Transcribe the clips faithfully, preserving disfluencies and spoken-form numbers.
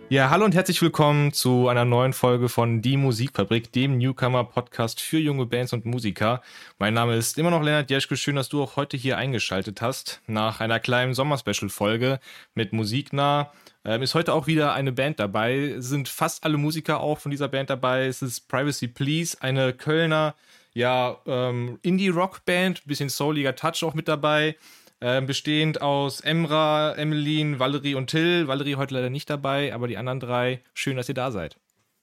Ja, hallo und herzlich willkommen zu einer neuen Folge von Die Musikfabrik, dem Newcomer-Podcast für junge Bands und Musiker. Mein Name ist immer noch Lennart Jeschke. Schön, dass du auch heute hier eingeschaltet hast. Nach einer kleinen Sommer-Special-Folge mit Musiknah ähm, ist heute auch wieder eine Band dabei. Es sind fast alle Musiker auch von dieser Band dabei. Es ist Privacy Please, eine Kölner ja, ähm, Indie-Rock-Band, bisschen souliger Touch auch mit dabei. Äh, bestehend aus Emra, Emmeline, Valerie und Till. Valerie heute leider nicht dabei, aber die anderen drei, schön, dass ihr da seid.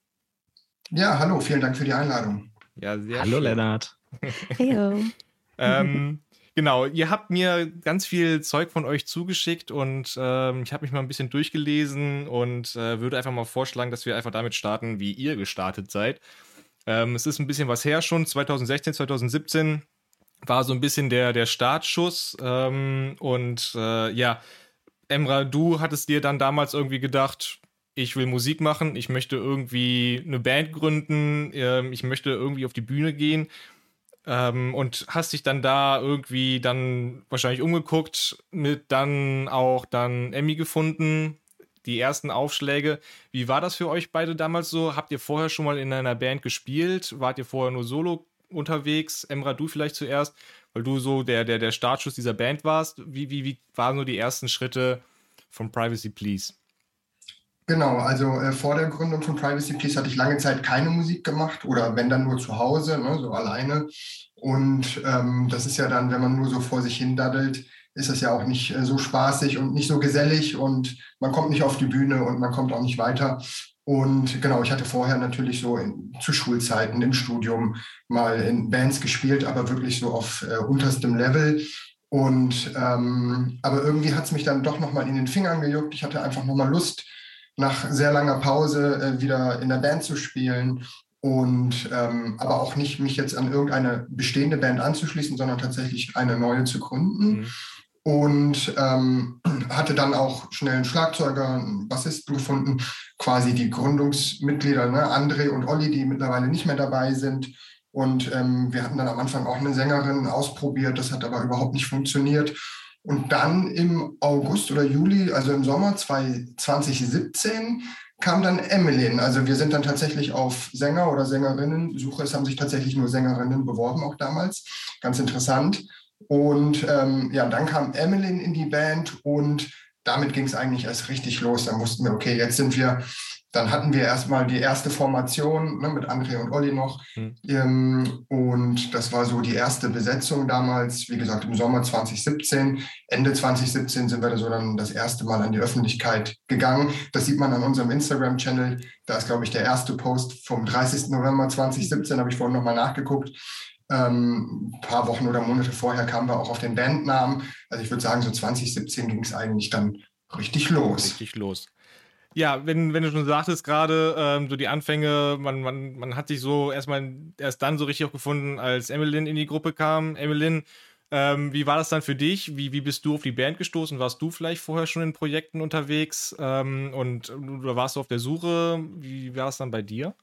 Ja, hallo, vielen Dank für die Einladung. Ja, sehr Hallo schön. Lennart. Heyo. ähm, genau, ihr habt mir ganz viel Zeug von euch zugeschickt und ähm, ich habe mich mal ein bisschen durchgelesen und äh, würde einfach mal vorschlagen, dass wir einfach damit starten, wie ihr gestartet seid. Ähm, es ist ein bisschen was her schon, zwanzig sechzehn, zwanzig siebzehn war so ein bisschen der, der Startschuss ähm, und äh, ja, Emra, du hattest dir dann damals irgendwie gedacht, ich will Musik machen, ich möchte irgendwie eine Band gründen, ähm, ich möchte irgendwie auf die Bühne gehen ähm, und hast dich dann da irgendwie dann wahrscheinlich umgeguckt, mit dann auch dann Emmy gefunden, die ersten Aufschläge. Wie war das für euch beide damals so? Habt ihr vorher schon mal in einer Band gespielt? Wart ihr vorher nur solo unterwegs? Emra, du vielleicht zuerst, weil du so der, der, der Startschuss dieser Band warst. Wie, wie, wie waren nur die ersten Schritte von Privacy Please? Genau, also äh, vor der Gründung von Privacy Please hatte ich lange Zeit keine Musik gemacht oder wenn dann nur zu Hause, ne, so alleine. Und ähm, das ist ja dann, wenn man nur so vor sich hin daddelt, ist das ja auch nicht äh, so spaßig und nicht so gesellig und man kommt nicht auf die Bühne und man kommt auch nicht weiter. Und genau, ich hatte vorher natürlich so in, zu Schulzeiten im Studium mal in Bands gespielt, aber wirklich so auf äh, unterstem Level. Und ähm, aber irgendwie hat es mich dann doch nochmal in den Fingern gejuckt. Ich hatte einfach nochmal Lust, nach sehr langer Pause äh, wieder in der Band zu spielen und ähm, aber auch nicht mich jetzt an irgendeine bestehende Band anzuschließen, sondern tatsächlich eine neue zu gründen. Mhm. Und ähm, hatte dann auch schnell einen Schlagzeuger, einen Bassisten gefunden, quasi die Gründungsmitglieder, ne? André und Olli, die mittlerweile nicht mehr dabei sind. Und ähm, wir hatten dann am Anfang auch eine Sängerin ausprobiert, das hat aber überhaupt nicht funktioniert. Und dann im August oder Juli, also im Sommer zwanzig siebzehn, kam dann Emmeline. Also wir sind dann tatsächlich auf Sänger oder Sängerinnen Suche. Es haben sich tatsächlich nur Sängerinnen beworben, auch damals. Ganz interessant. Und ähm, ja, dann kam Emmeline in die Band und damit ging es eigentlich erst richtig los. Dann wussten wir, okay, jetzt sind wir, dann hatten wir erstmal die erste Formation, ne, mit André und Olli noch. Mhm. Ähm, und das war so die erste Besetzung damals, wie gesagt, im Sommer zwanzig siebzehn. Ende zwanzig siebzehn sind wir so dann das erste Mal an die Öffentlichkeit gegangen. Das sieht man an unserem Instagram-Channel. Da ist, glaube ich, der erste Post vom dreißigsten November zwanzig siebzehn, habe ich vorhin nochmal nachgeguckt. Ähm, ein paar Wochen oder Monate vorher kamen wir auch auf den Bandnamen. Also ich würde sagen, so zwanzig siebzehn ging es eigentlich dann richtig los. Richtig los. Ja, wenn, wenn du schon sagtest gerade, ähm, so die Anfänge, man, man, man hat sich so erstmal erst dann so richtig auch gefunden, als Emmeline in die Gruppe kam. Emmeline, ähm, wie war das dann für dich? Wie, wie bist du auf die Band gestoßen? Warst du vielleicht vorher schon in Projekten unterwegs ähm, und oder warst du auf der Suche? Wie war es dann bei dir?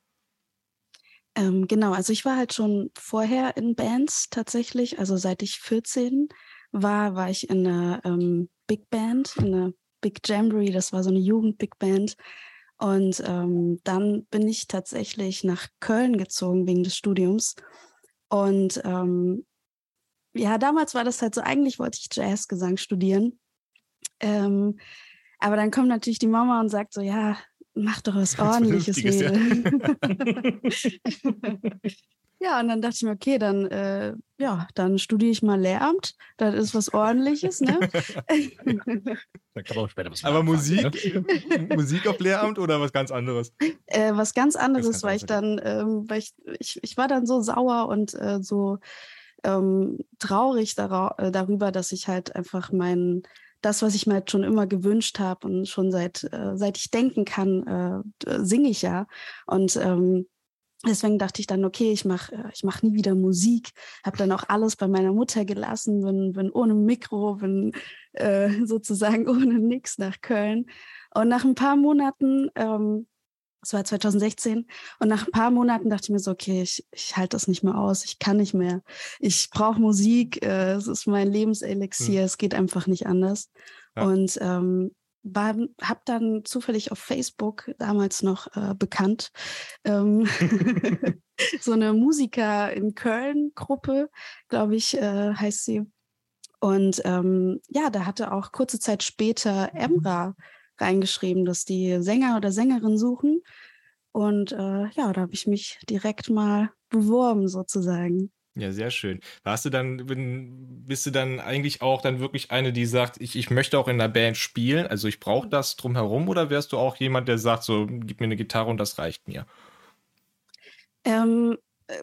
Ähm, genau, also ich war halt schon vorher in Bands tatsächlich. Also seit ich vierzehn war, war ich in einer ähm, Big Band, in einer Big Jamboree. Das war so eine Jugend-Big Band. Und ähm, dann bin ich tatsächlich nach Köln gezogen wegen des Studiums. Und ähm, ja, damals war das halt so, eigentlich wollte ich Jazzgesang studieren. Ähm, aber dann kommt natürlich die Mama und sagt so, ja, mach doch was Ordentliches, Mädel. Ja. Ja, und dann dachte ich mir, okay, dann, äh, ja, dann studiere ich mal Lehramt. Das ist was Ordentliches, ne? Dann kann man auch später was Aber Musik, ne? Musik auf Lehramt oder was ganz anderes? Äh, was ganz anderes, weil ich dann, ähm, weil ich, ich, ich war dann so sauer und äh, so ähm, traurig dar- äh, darüber, dass ich halt einfach mein das, was ich mir halt schon immer gewünscht habe und schon seit äh, seit ich denken kann, äh, singe ich ja. Und ähm, deswegen dachte ich dann, okay, ich mache äh, ich mach nie wieder Musik. Habe dann auch alles bei meiner Mutter gelassen, bin, bin ohne Mikro, bin äh, sozusagen ohne nix nach Köln. Und nach ein paar Monaten, ähm, das war zwanzig sechzehn, und nach ein paar Monaten dachte ich mir so, okay, ich, ich halte das nicht mehr aus, ich kann nicht mehr. Ich brauche Musik, äh, es ist mein Lebenselixier, hm. Es geht einfach nicht anders. Ja. Und ähm, habe dann zufällig auf Facebook damals noch äh, bekannt, ähm, so eine Musiker in Köln-Gruppe, glaube ich, äh, heißt sie. Und ähm, ja, da hatte auch kurze Zeit später Emra reingeschrieben, dass die Sänger oder Sängerin suchen. Und äh, ja, da habe ich mich direkt mal beworben sozusagen. Ja, sehr schön. Warst du dann, bin, bist du dann eigentlich auch dann wirklich eine, die sagt, ich, ich möchte auch in der Band spielen, also ich brauche das drumherum, oder wärst du auch jemand, der sagt, so, gib mir eine Gitarre und das reicht mir? Ähm, äh,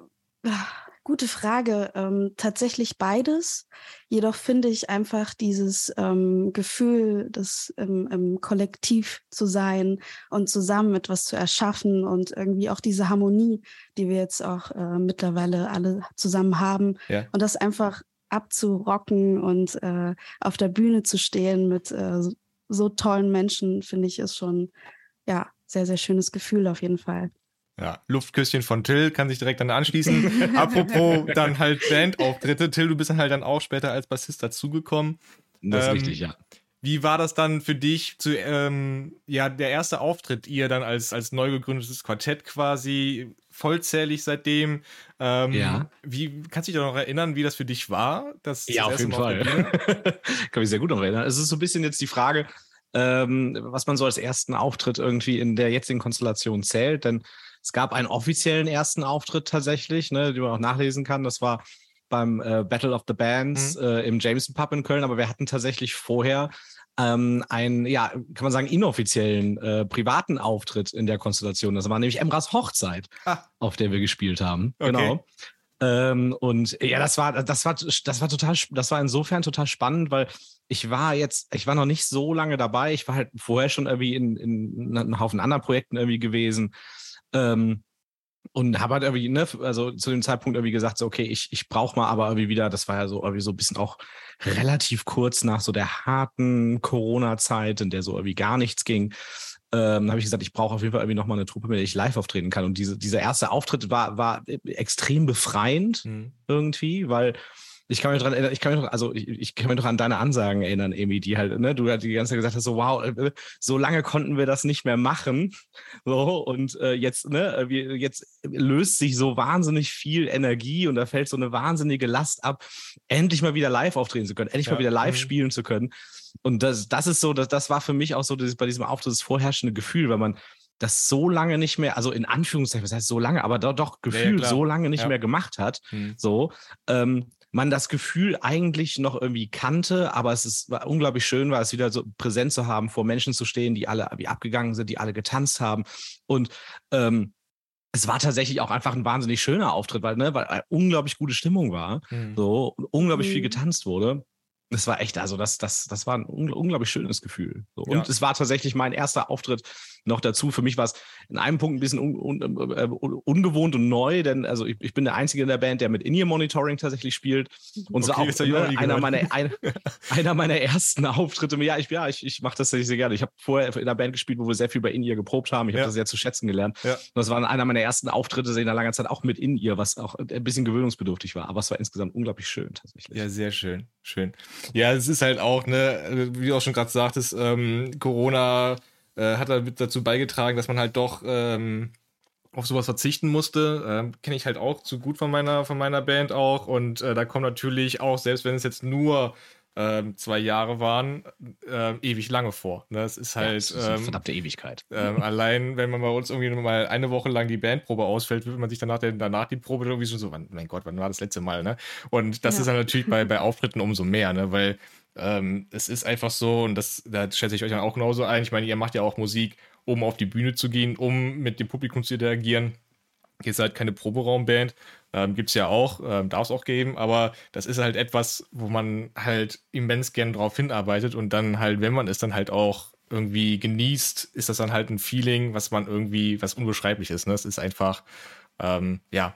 gute Frage. Ähm, tatsächlich beides. Jedoch finde ich einfach dieses ähm, Gefühl, das im, im Kollektiv zu sein und zusammen etwas zu erschaffen und irgendwie auch diese Harmonie, die wir jetzt auch äh, mittlerweile alle zusammen haben, ja. und das einfach abzurocken und äh, auf der Bühne zu stehen mit äh, so, so tollen Menschen, finde ich, ist schon ja sehr, sehr schönes Gefühl auf jeden Fall. Ja, Luftküsschen von Till, kann sich direkt dann anschließen. Apropos dann halt Bandauftritte. Till, du bist dann halt dann auch später als Bassist dazugekommen. Das ist ähm, richtig, ja. Wie war das dann für dich, zu, ähm, ja, der erste Auftritt, ihr dann als, als neu gegründetes Quartett quasi, vollzählig seitdem? Ähm, ja. Wie, kannst du dich noch erinnern, wie das für dich war? Das, ja, das auf jeden Fall. Kann mich sehr gut noch erinnern. Es ist so ein bisschen jetzt die Frage, ähm, was man so als ersten Auftritt irgendwie in der jetzigen Konstellation zählt, denn es gab einen offiziellen ersten Auftritt tatsächlich, ne, den man auch nachlesen kann. Das war beim äh, Battle of the Bands mhm. äh, im Jameson Pub in Köln. Aber wir hatten tatsächlich vorher ähm, einen, ja, kann man sagen, inoffiziellen äh, privaten Auftritt in der Konstellation. Das war nämlich Emras Hochzeit, ah. auf der wir gespielt haben. Okay. Genau. Ähm, und ja, das war, das war, das war total, das war insofern total spannend, weil ich war jetzt, ich war noch nicht so lange dabei. Ich war halt vorher schon irgendwie in, in einem Haufen anderen Projekten irgendwie gewesen. Ähm, und habe halt irgendwie, ne, also zu dem Zeitpunkt irgendwie gesagt, so, okay, ich, ich brauche mal aber irgendwie wieder, das war ja so irgendwie so ein bisschen auch relativ kurz nach so der harten Corona-Zeit, in der so irgendwie gar nichts ging, ähm, habe ich gesagt, ich brauche auf jeden Fall irgendwie nochmal eine Truppe, mit der ich live auftreten kann. Und diese, dieser erste Auftritt war, war extrem befreiend mhm. irgendwie, weil ich kann mich dran erinnern, ich kann mich noch, also ich, ich kann mich noch an deine Ansagen erinnern, Amy, die halt, ne, du halt die ganze Zeit gesagt hast, so wow, so lange konnten wir das nicht mehr machen, so, und äh, jetzt, ne, jetzt löst sich so wahnsinnig viel Energie und da fällt so eine wahnsinnige Last ab, endlich mal wieder live auftreten zu können, endlich ja. mal wieder live mhm. spielen zu können. Und das, das ist so, das, das war für mich auch so das, bei diesem Auftritt das vorherrschende Gefühl, weil man das so lange nicht mehr, also in Anführungszeichen, das heißt so lange, aber doch, doch gefühlt ja, so lange nicht ja. mehr gemacht hat, mhm. so, ähm, man das Gefühl eigentlich noch irgendwie kannte, aber es ist war unglaublich schön, war es wieder so präsent zu haben, vor Menschen zu stehen, die alle wie abgegangen sind, die alle getanzt haben. Und ähm, es war tatsächlich auch einfach ein wahnsinnig schöner Auftritt, weil, ne, weil unglaublich gute Stimmung war, mhm. so, und unglaublich mhm. viel getanzt wurde. Das war echt, also das, das, das war ein unglaublich schönes Gefühl. So. Und ja. es war tatsächlich mein erster Auftritt noch dazu. Für mich war es in einem Punkt ein bisschen un, un, uh, ungewohnt und neu, denn also ich, ich bin der Einzige in der Band, der mit In-Ear-Monitoring tatsächlich spielt. Und okay, so auch ne, einer, meiner, ein, einer meiner ersten Auftritte. Ja, ich, ja, ich, ich mache das tatsächlich sehr gerne. Ich habe vorher in einer Band gespielt, wo wir sehr viel bei In-Ear geprobt haben. Ich habe ja. das sehr zu schätzen gelernt. Ja. Und das war einer meiner ersten Auftritte in einer langen Zeit auch mit In-Ear, was auch ein bisschen gewöhnungsbedürftig war. Aber es war insgesamt unglaublich schön tatsächlich. Ja, sehr schön. Schön. Ja, es ist halt auch, ne, wie du auch schon gerade sagtest, ähm, Corona äh, hat dazu beigetragen, dass man halt doch ähm, auf sowas verzichten musste. Ähm, kenne ich halt auch zu gut von meiner, von meiner Band auch. Und äh, da kommt natürlich auch, selbst wenn es jetzt nur ähm, zwei Jahre waren, äh, ewig lange vor. Ne? Das ist halt. Ja, das ist eine ähm, verdammte Ewigkeit. Ähm, allein, wenn man bei uns irgendwie mal eine Woche lang die Bandprobe ausfällt, wird man sich danach, danach die Probe irgendwie schon so, wann, mein Gott, wann war das letzte Mal, ne? Und das ja. ist dann natürlich bei, bei Auftritten umso mehr, ne? Weil ähm, es ist einfach so, und das, da schätze ich euch dann auch genauso ein. Ich meine, ihr macht ja auch Musik, um auf die Bühne zu gehen, um mit dem Publikum zu interagieren. Ihr seid keine Proberaumband, ähm, gibt es ja auch, ähm, darf es auch geben, aber das ist halt etwas, wo man halt immens gern drauf hinarbeitet und dann halt, wenn man es dann halt auch irgendwie genießt, ist das dann halt ein Feeling, was man irgendwie, was unbeschreiblich ist. Ne? Es ist einfach, ähm, ja,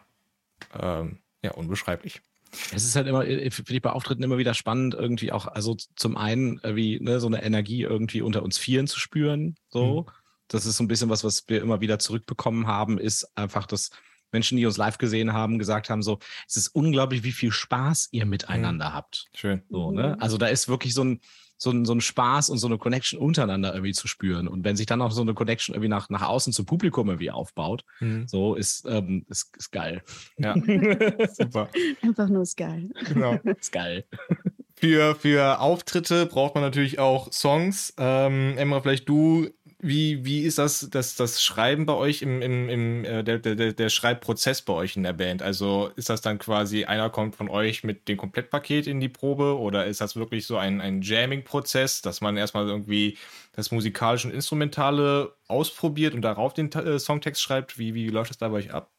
ähm, ja, unbeschreiblich. Es ist halt immer, finde ich bei Auftritten immer wieder spannend, irgendwie auch, also zum einen wie ne, so eine Energie irgendwie unter uns Vieren zu spüren, so. Mhm. Das ist so ein bisschen was, was wir immer wieder zurückbekommen haben, ist einfach, dass Menschen, die uns live gesehen haben, gesagt haben, so, es ist unglaublich, wie viel Spaß ihr miteinander mhm. habt. Schön. So, ne? Also da ist wirklich so ein, so ein, so ein Spaß und so eine Connection untereinander irgendwie zu spüren. Und wenn sich dann auch so eine Connection irgendwie nach, nach außen zum Publikum irgendwie aufbaut, mhm. so ist, ähm, ist, ist geil. Ja, super. Einfach nur ist geil. Genau. Ist geil. Für, für Auftritte braucht man natürlich auch Songs. Ähm, Emra, vielleicht du, wie, wie ist das, das, das Schreiben bei euch, im, im, im äh, der, der, der Schreibprozess bei euch in der Band? Also ist das dann quasi, einer kommt von euch mit dem Komplettpaket in die Probe oder ist das wirklich so ein, ein Jamming-Prozess, dass man erstmal irgendwie das Musikalische und Instrumentale ausprobiert und darauf den äh, Songtext schreibt? Wie, wie läuft das da bei euch ab?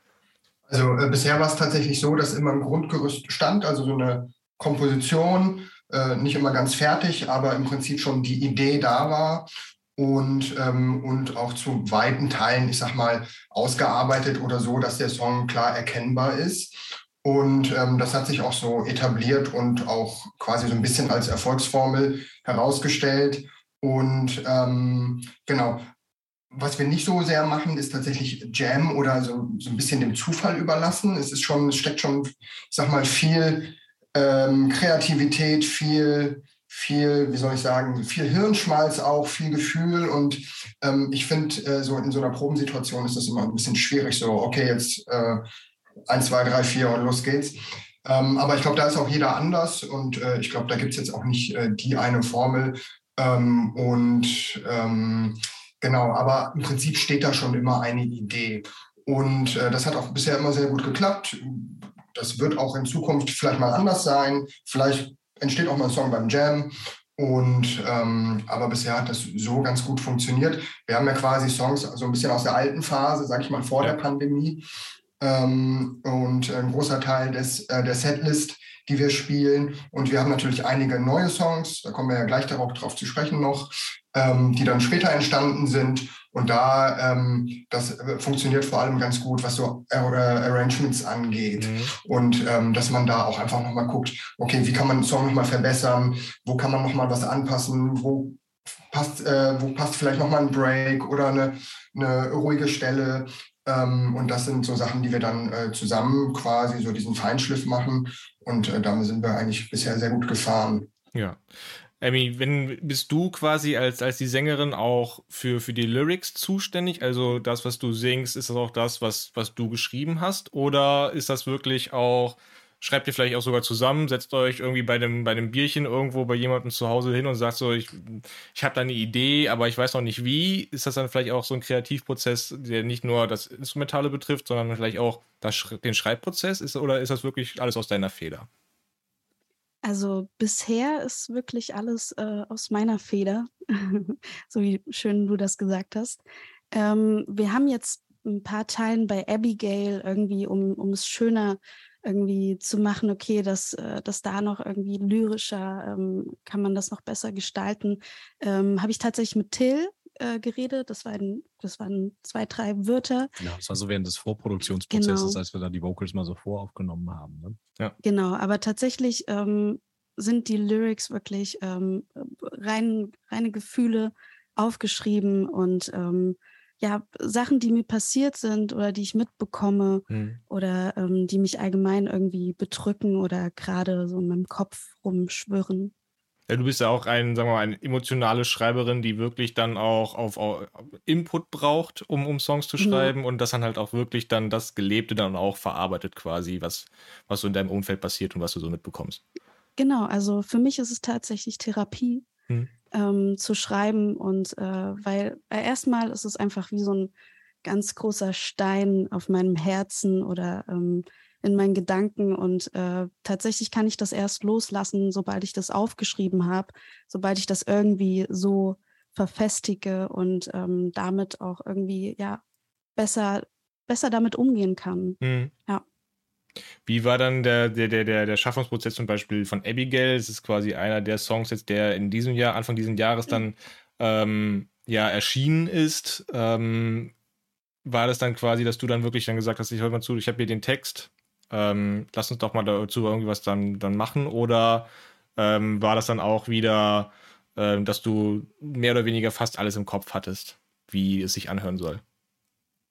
Also äh, bisher war es tatsächlich so, dass immer ein Grundgerüst stand, also so eine Komposition, äh, nicht immer ganz fertig, aber im Prinzip schon die Idee da war. Und, ähm, und auch zu weiten Teilen, ich sag mal, ausgearbeitet oder so, dass der Song klar erkennbar ist. Und ähm, das hat sich auch so etabliert und auch quasi so ein bisschen als Erfolgsformel herausgestellt. Und ähm, genau, was wir nicht so sehr machen, ist tatsächlich Jam oder so, so ein bisschen dem Zufall überlassen. Es ist schon, es steckt schon, ich sag mal, viel ähm, Kreativität, viel viel, wie soll ich sagen, viel Hirnschmalz auch, viel Gefühl und ähm, ich finde, äh, so in so einer Probensituation ist das immer ein bisschen schwierig, so okay, jetzt äh, eins, zwei, drei, vier und los geht's. Ähm, aber ich glaube, da ist auch jeder anders und äh, ich glaube, da gibt es jetzt auch nicht äh, die eine Formel ähm, und ähm, genau, aber im Prinzip steht da schon immer eine Idee und äh, das hat auch bisher immer sehr gut geklappt. Das wird auch in Zukunft vielleicht mal anders sein, vielleicht entsteht auch mal ein Song beim Jam. Und ähm, aber bisher hat das so ganz gut funktioniert. Wir haben ja quasi Songs so ein bisschen aus der alten Phase, sag ich mal, vor ja. der Pandemie. Ähm, und ein großer Teil des, äh, der Setlist, die wir spielen. Und wir haben natürlich einige neue Songs, da kommen wir ja gleich darauf drauf zu sprechen noch, ähm, die dann später entstanden sind. Und da, ähm, das funktioniert vor allem ganz gut, was so äh, Arrangements angeht. Mhm. Und ähm, dass man da auch einfach nochmal guckt, okay, wie kann man einen Song nochmal verbessern? Wo kann man nochmal was anpassen? Wo passt, äh, wo passt vielleicht nochmal ein Break oder eine, eine ruhige Stelle? Ähm, und das sind so Sachen, die wir dann äh, zusammen quasi so diesen Feinschliff machen. Und äh, damit sind wir eigentlich bisher sehr gut gefahren. Ja. Emmy, wenn bist du quasi als, als die Sängerin auch für, für die Lyrics zuständig? Also das, was du singst, ist das auch das, was, was du geschrieben hast? Oder ist das wirklich auch, schreibt ihr vielleicht auch sogar zusammen, setzt euch irgendwie bei dem, bei dem Bierchen irgendwo bei jemandem zu Hause hin und sagt so, ich, ich habe da eine Idee, aber ich weiß noch nicht wie. Ist das dann vielleicht auch so ein Kreativprozess, der nicht nur das Instrumentale betrifft, sondern vielleicht auch das, den Schreibprozess? Ist, oder ist das wirklich alles aus deiner Feder? Also bisher ist wirklich alles äh, aus meiner Feder, so wie schön du das gesagt hast. Ähm, wir haben jetzt ein paar Teilen bei Abigail irgendwie, um, um es schöner irgendwie zu machen, okay, dass, äh, dass da noch irgendwie lyrischer, ähm, kann man das noch besser gestalten, ähm, habe ich tatsächlich mit Till äh, geredet. Das, war ein, das waren zwei, drei Wörter. Ja, das war so während des Vorproduktionsprozesses, genau. Als wir da die Vocals mal so voraufgenommen haben. Ne? Ja. Genau, aber tatsächlich ähm, sind die Lyrics wirklich ähm, rein, reine Gefühle aufgeschrieben und ähm, ja, Sachen, die mir passiert sind oder die ich mitbekomme mhm. oder ähm, die mich allgemein irgendwie bedrücken oder gerade so in meinem Kopf rumschwirren. Ja, du bist ja auch ein, sagen wir mal, eine emotionale Schreiberin, die wirklich dann auch auf, auf Input braucht, um, um Songs zu schreiben mhm. und das dann halt auch wirklich dann das Gelebte dann auch verarbeitet quasi, was, was so in deinem Umfeld passiert und was du so mitbekommst. Genau, also für mich ist es tatsächlich Therapie, mhm. ähm, zu schreiben und äh, weil äh, erstmal ist es einfach wie so ein ganz großer Stein auf meinem Herzen oder ähm, in meinen Gedanken und äh, tatsächlich kann ich das erst loslassen, sobald ich das aufgeschrieben habe, sobald ich das irgendwie so verfestige und ähm, damit auch irgendwie ja besser, besser damit umgehen kann. Mhm. Ja. Wie war dann der, der, der, der Schaffungsprozess zum Beispiel von Abigail? Es ist quasi einer der Songs jetzt, der in diesem Jahr, Anfang dieses Jahres dann ähm, ja erschienen ist. Ähm, war das dann quasi, dass du dann wirklich dann gesagt hast, ich höre mal zu, ich habe hier den Text, ähm, lass uns doch mal dazu irgendwie was dann, dann machen? Oder ähm, war das dann auch wieder, äh, dass du mehr oder weniger fast alles im Kopf hattest, wie es sich anhören soll?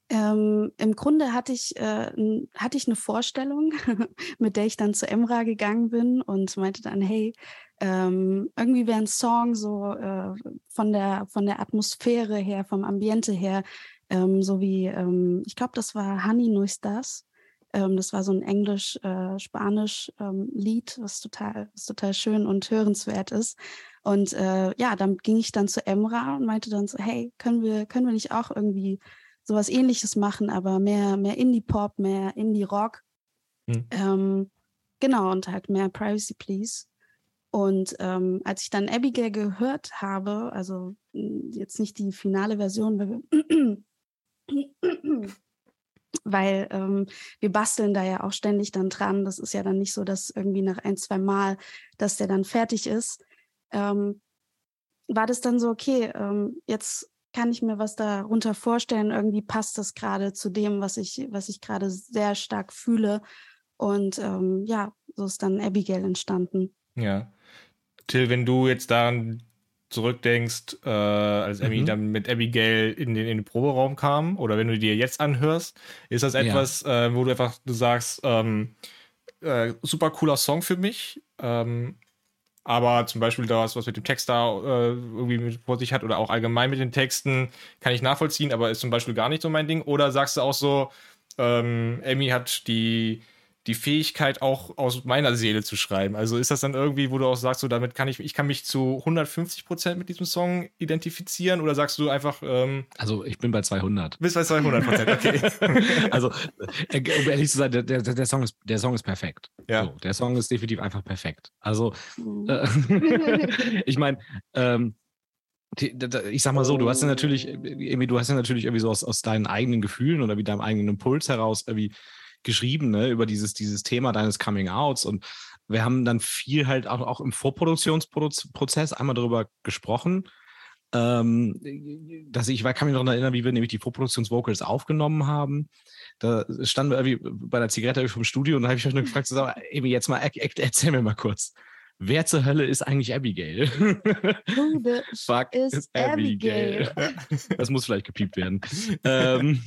Ähm, im Grunde hatte ich, äh, n- hatte ich eine Vorstellung, mit der ich dann zu Emra gegangen bin und meinte dann, hey, ähm, irgendwie wäre ein Song so äh, von der, von der Atmosphäre her, vom Ambiente her, ähm, so wie, ähm, ich glaube, das war Honey No Estás. Ähm, das war so ein Englisch-Spanisch ähm, Lied, was total, was total schön und hörenswert ist. Und äh, ja, dann ging ich dann zu Emra und meinte dann so, hey, können wir, können wir nicht auch irgendwie sowas Ähnliches machen, aber mehr, mehr Indie-Pop, mehr Indie-Rock. Hm. Ähm, genau, und halt mehr Privacy Please. Und ähm, als ich dann Abigail gehört habe, also mh, jetzt nicht die finale Version, weil wir, weil ähm, wir basteln da ja auch ständig dann dran. Das ist ja dann nicht so, dass irgendwie nach ein, zwei Mal, dass der dann fertig ist. Ähm, war das dann so, okay, ähm, jetzt kann ich mir was darunter vorstellen. Irgendwie passt das gerade zu dem, was ich, was ich gerade sehr stark fühle. Und ähm, ja, so ist dann Abigail entstanden. Ja. Till, wenn du jetzt daran zurückdenkst, äh, als Emmy Mhm. dann mit Abigail in den, in den Proberaum kam, oder wenn du dir jetzt anhörst, ist das etwas, ja. äh, wo du einfach, du sagst, ähm, äh, super cooler Song für mich, ähm, aber zum Beispiel das, was mit dem Text da äh, irgendwie mit vor sich hat oder auch allgemein mit den Texten, kann ich nachvollziehen, aber ist zum Beispiel gar nicht so mein Ding. Oder sagst du auch so, ähm, Emmy hat die, die Fähigkeit, auch aus meiner Seele zu schreiben. Also ist das dann irgendwie, wo du auch sagst, so damit kann ich, ich kann mich zu hundertfünfzig Prozent mit diesem Song identifizieren? Oder sagst du einfach, ähm, Also ich bin bei zweihundert. Bist bei zweihundert Prozent, okay. Also, äh, um ehrlich zu sein, der, der, der, Song, ist, der Song ist perfekt. Ja. So, der Song ist definitiv einfach perfekt. Also, Mhm. äh, ich meine, ähm, die- da- ich sag mal so, du hast ja natürlich, irgendwie, du hast ja natürlich irgendwie so aus, aus deinen eigenen Gefühlen oder wie deinem eigenen Impuls heraus irgendwie geschrieben, ne, über dieses, dieses Thema deines Coming-Outs. Und wir haben dann viel halt auch, auch im Vorproduktionsprozess einmal darüber gesprochen. Ähm, dass ich, ich kann mich noch erinnern, wie wir nämlich die Vorproduktionsvocals aufgenommen haben. Da standen wir irgendwie bei der Zigarette vom Studio und da habe ich euch nur gefragt, so, Amy, jetzt mal, erzähl mir mal kurz. Wer zur Hölle ist eigentlich Abigail? Who the Fuck is is Abigail. Abigail? Das muss vielleicht gepiept werden. ähm,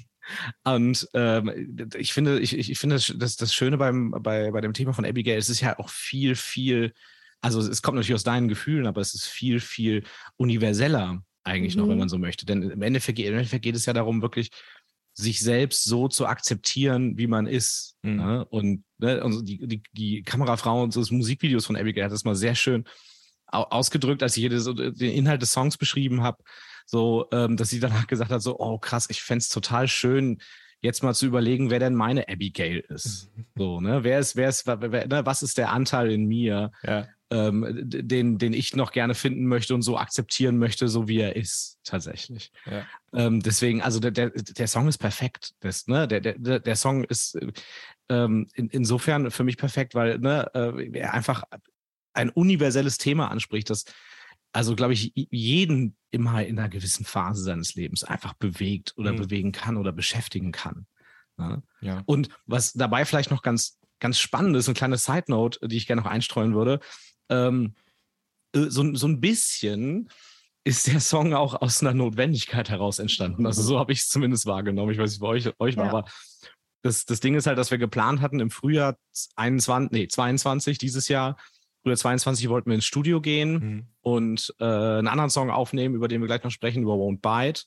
und ähm, ich finde, ich, ich finde das, das Schöne beim, bei, bei dem Thema von Abigail, es ist ja auch viel, viel, also es kommt natürlich aus deinen Gefühlen, aber es ist viel, viel universeller eigentlich Mhm. noch, wenn man so möchte. Denn im Endeffekt, im Endeffekt geht es ja darum, wirklich sich selbst so zu akzeptieren, wie man ist. Mhm. Ne? Und, ne, und die, die, die Kamerafrau und so des Musikvideos von Abigail hat das mal sehr schön au- ausgedrückt, als ich ihr so den Inhalt des Songs beschrieben habe, so, ähm, dass sie danach gesagt hat, so, oh krass, ich fände es total schön, jetzt mal zu überlegen, wer denn meine Abigail ist. So, ne, wer ist, wer ist, wer, wer, ne, was ist der Anteil in mir, Ja. ähm, den, den ich noch gerne finden möchte und so akzeptieren möchte, so wie er ist, tatsächlich. Ja. Ähm, deswegen, also der, der, der Song ist perfekt. Das, ne, der, der, der Song ist ähm, in, insofern für mich perfekt, weil ne, äh, er einfach ein universelles Thema anspricht, das also, glaube ich, jeden immer in einer gewissen Phase seines Lebens einfach bewegt oder Mhm. bewegen kann oder beschäftigen kann. Ne? Ja. Und was dabei vielleicht noch ganz, ganz spannend ist, eine kleine Side-Note, die ich gerne noch einstreuen würde, ähm, so, so ein bisschen ist der Song auch aus einer Notwendigkeit heraus entstanden. Also so habe ich es zumindest wahrgenommen. Ich weiß nicht, wie bei euch, euch war, Ja. aber das, das Ding ist halt, dass wir geplant hatten im Frühjahr einundzwanzig, nee, zweiundzwanzig dieses Jahr, Frühjahr zweiundzwanzig wollten wir ins Studio gehen Mhm. und äh, einen anderen Song aufnehmen, über den wir gleich noch sprechen, über Won't Bite.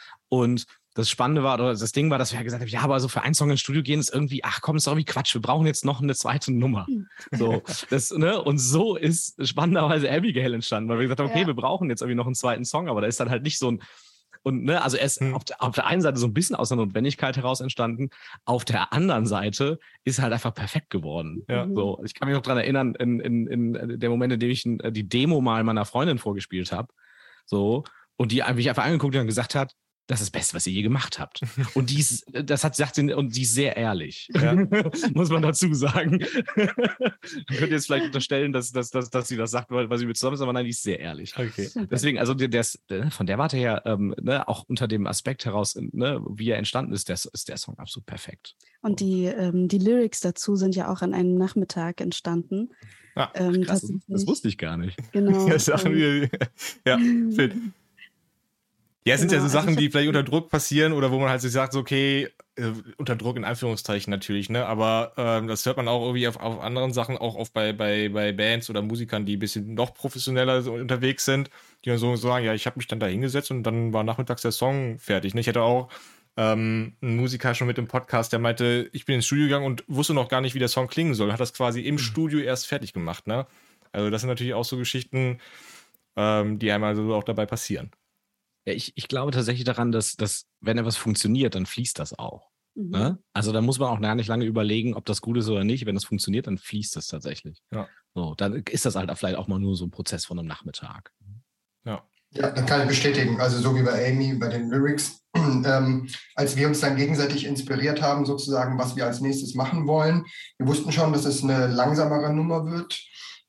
Und das Spannende war, oder das Ding war, dass wir ja gesagt haben, ja, aber so für einen Song ins Studio gehen ist irgendwie, ach komm, ist doch irgendwie Quatsch, wir brauchen jetzt noch eine zweite Nummer. So, das, ne? Und so ist spannenderweise Abigail entstanden, weil wir gesagt haben, okay, Ja. wir brauchen jetzt irgendwie noch einen zweiten Song, aber da ist dann halt nicht so ein, und ne, also er ist Hm. auf, der, auf der einen Seite so ein bisschen aus der Notwendigkeit heraus entstanden, auf der anderen Seite ist er halt einfach perfekt geworden. Ja. So, ich kann mich noch dran erinnern, in, in, in der Moment, in dem ich die Demo mal meiner Freundin vorgespielt habe, so, und die mich einfach angeguckt hat und gesagt hat, das ist das Beste, was ihr je gemacht habt. Und die ist, das hat, sagt sie, und die ist sehr ehrlich. Ja. Muss man dazu sagen. Man könnte jetzt vielleicht unterstellen, dass, dass, dass, dass sie das sagt, weil, weil sie mit zusammen ist, aber nein, die ist sehr ehrlich. Okay. Deswegen, also der, der, der, von der Warte her, ähm, ne, auch unter dem Aspekt heraus, ne, wie er entstanden ist, der, ist der Song absolut perfekt. Und die, ähm, die Lyrics dazu sind ja auch an einem Nachmittag entstanden. Ah, Ähm, Krass, das, tatsächlich. das wusste ich gar nicht. Genau. Ja, Sachen ähm, wie, ja, Phil. Ja, es sind Genau, ja so also Sachen, ich die hab- vielleicht unter Druck passieren oder wo man halt sich sagt, so, okay, äh, unter Druck in Anführungszeichen natürlich, ne? Aber ähm, das hört man auch irgendwie auf, auf anderen Sachen, auch oft bei, bei, bei Bands oder Musikern, die ein bisschen noch professioneller so unterwegs sind, die dann so sagen, ja, ich habe mich dann da hingesetzt und dann war nachmittags der Song fertig. Ne? Ich hatte auch ähm, einen Musiker schon mit im Podcast, der meinte, ich bin ins Studio gegangen und wusste noch gar nicht, wie der Song klingen soll. Hat das quasi im Studio erst fertig gemacht, ne? Also das sind natürlich auch so Geschichten, ähm, die einmal so auch dabei passieren. Ja, ich, ich glaube tatsächlich daran, dass, dass wenn etwas funktioniert, dann fließt das auch. Mhm. Ne? Also da muss man auch gar nicht lange überlegen, ob das gut ist oder nicht. Wenn es funktioniert, dann fließt das tatsächlich. Ja. So, dann ist das halt vielleicht auch mal nur so ein Prozess von einem Nachmittag. Ja. Ja, das kann ich bestätigen. Also so wie bei Amy, bei den Lyrics. Ähm, als wir uns dann gegenseitig inspiriert haben, sozusagen, was wir als nächstes machen wollen. Wir wussten schon, dass es eine langsamere Nummer wird.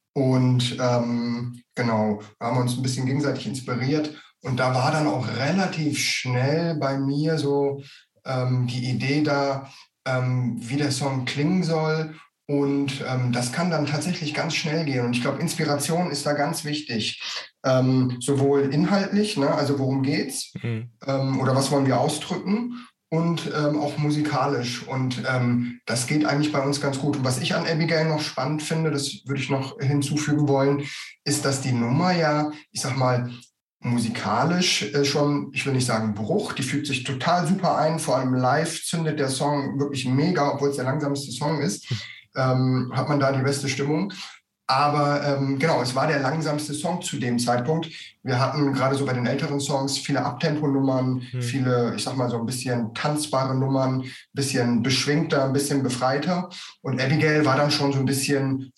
Und ähm, genau, da haben wir uns ein bisschen gegenseitig inspiriert. Und da war dann auch relativ schnell bei mir so ähm, die Idee da, ähm, wie der Song klingen soll. Und ähm, das kann dann tatsächlich ganz schnell gehen. Und ich glaube, Inspiration ist da ganz wichtig. Ähm, sowohl inhaltlich, ne, also worum geht's, Mhm. ähm, oder was wollen wir ausdrücken, und ähm, auch musikalisch. Und ähm, das geht eigentlich bei uns ganz gut. Und was ich an Abigail noch spannend finde, das würde ich noch hinzufügen wollen, ist, dass die Nummer ja, ich sag mal, musikalisch äh, schon, ich will nicht sagen Bruch, die fügt sich total super ein, vor allem live zündet der Song wirklich mega, obwohl es der langsamste Song ist, ähm, hat man da die beste Stimmung. Aber ähm, genau, es war der langsamste Song zu dem Zeitpunkt. Wir hatten gerade so bei den älteren Songs viele Abtempo-Nummern, Hm. viele, ich sag mal so ein bisschen tanzbare Nummern, ein bisschen beschwingter, ein bisschen befreiter. Und Abigail war dann schon so ein bisschen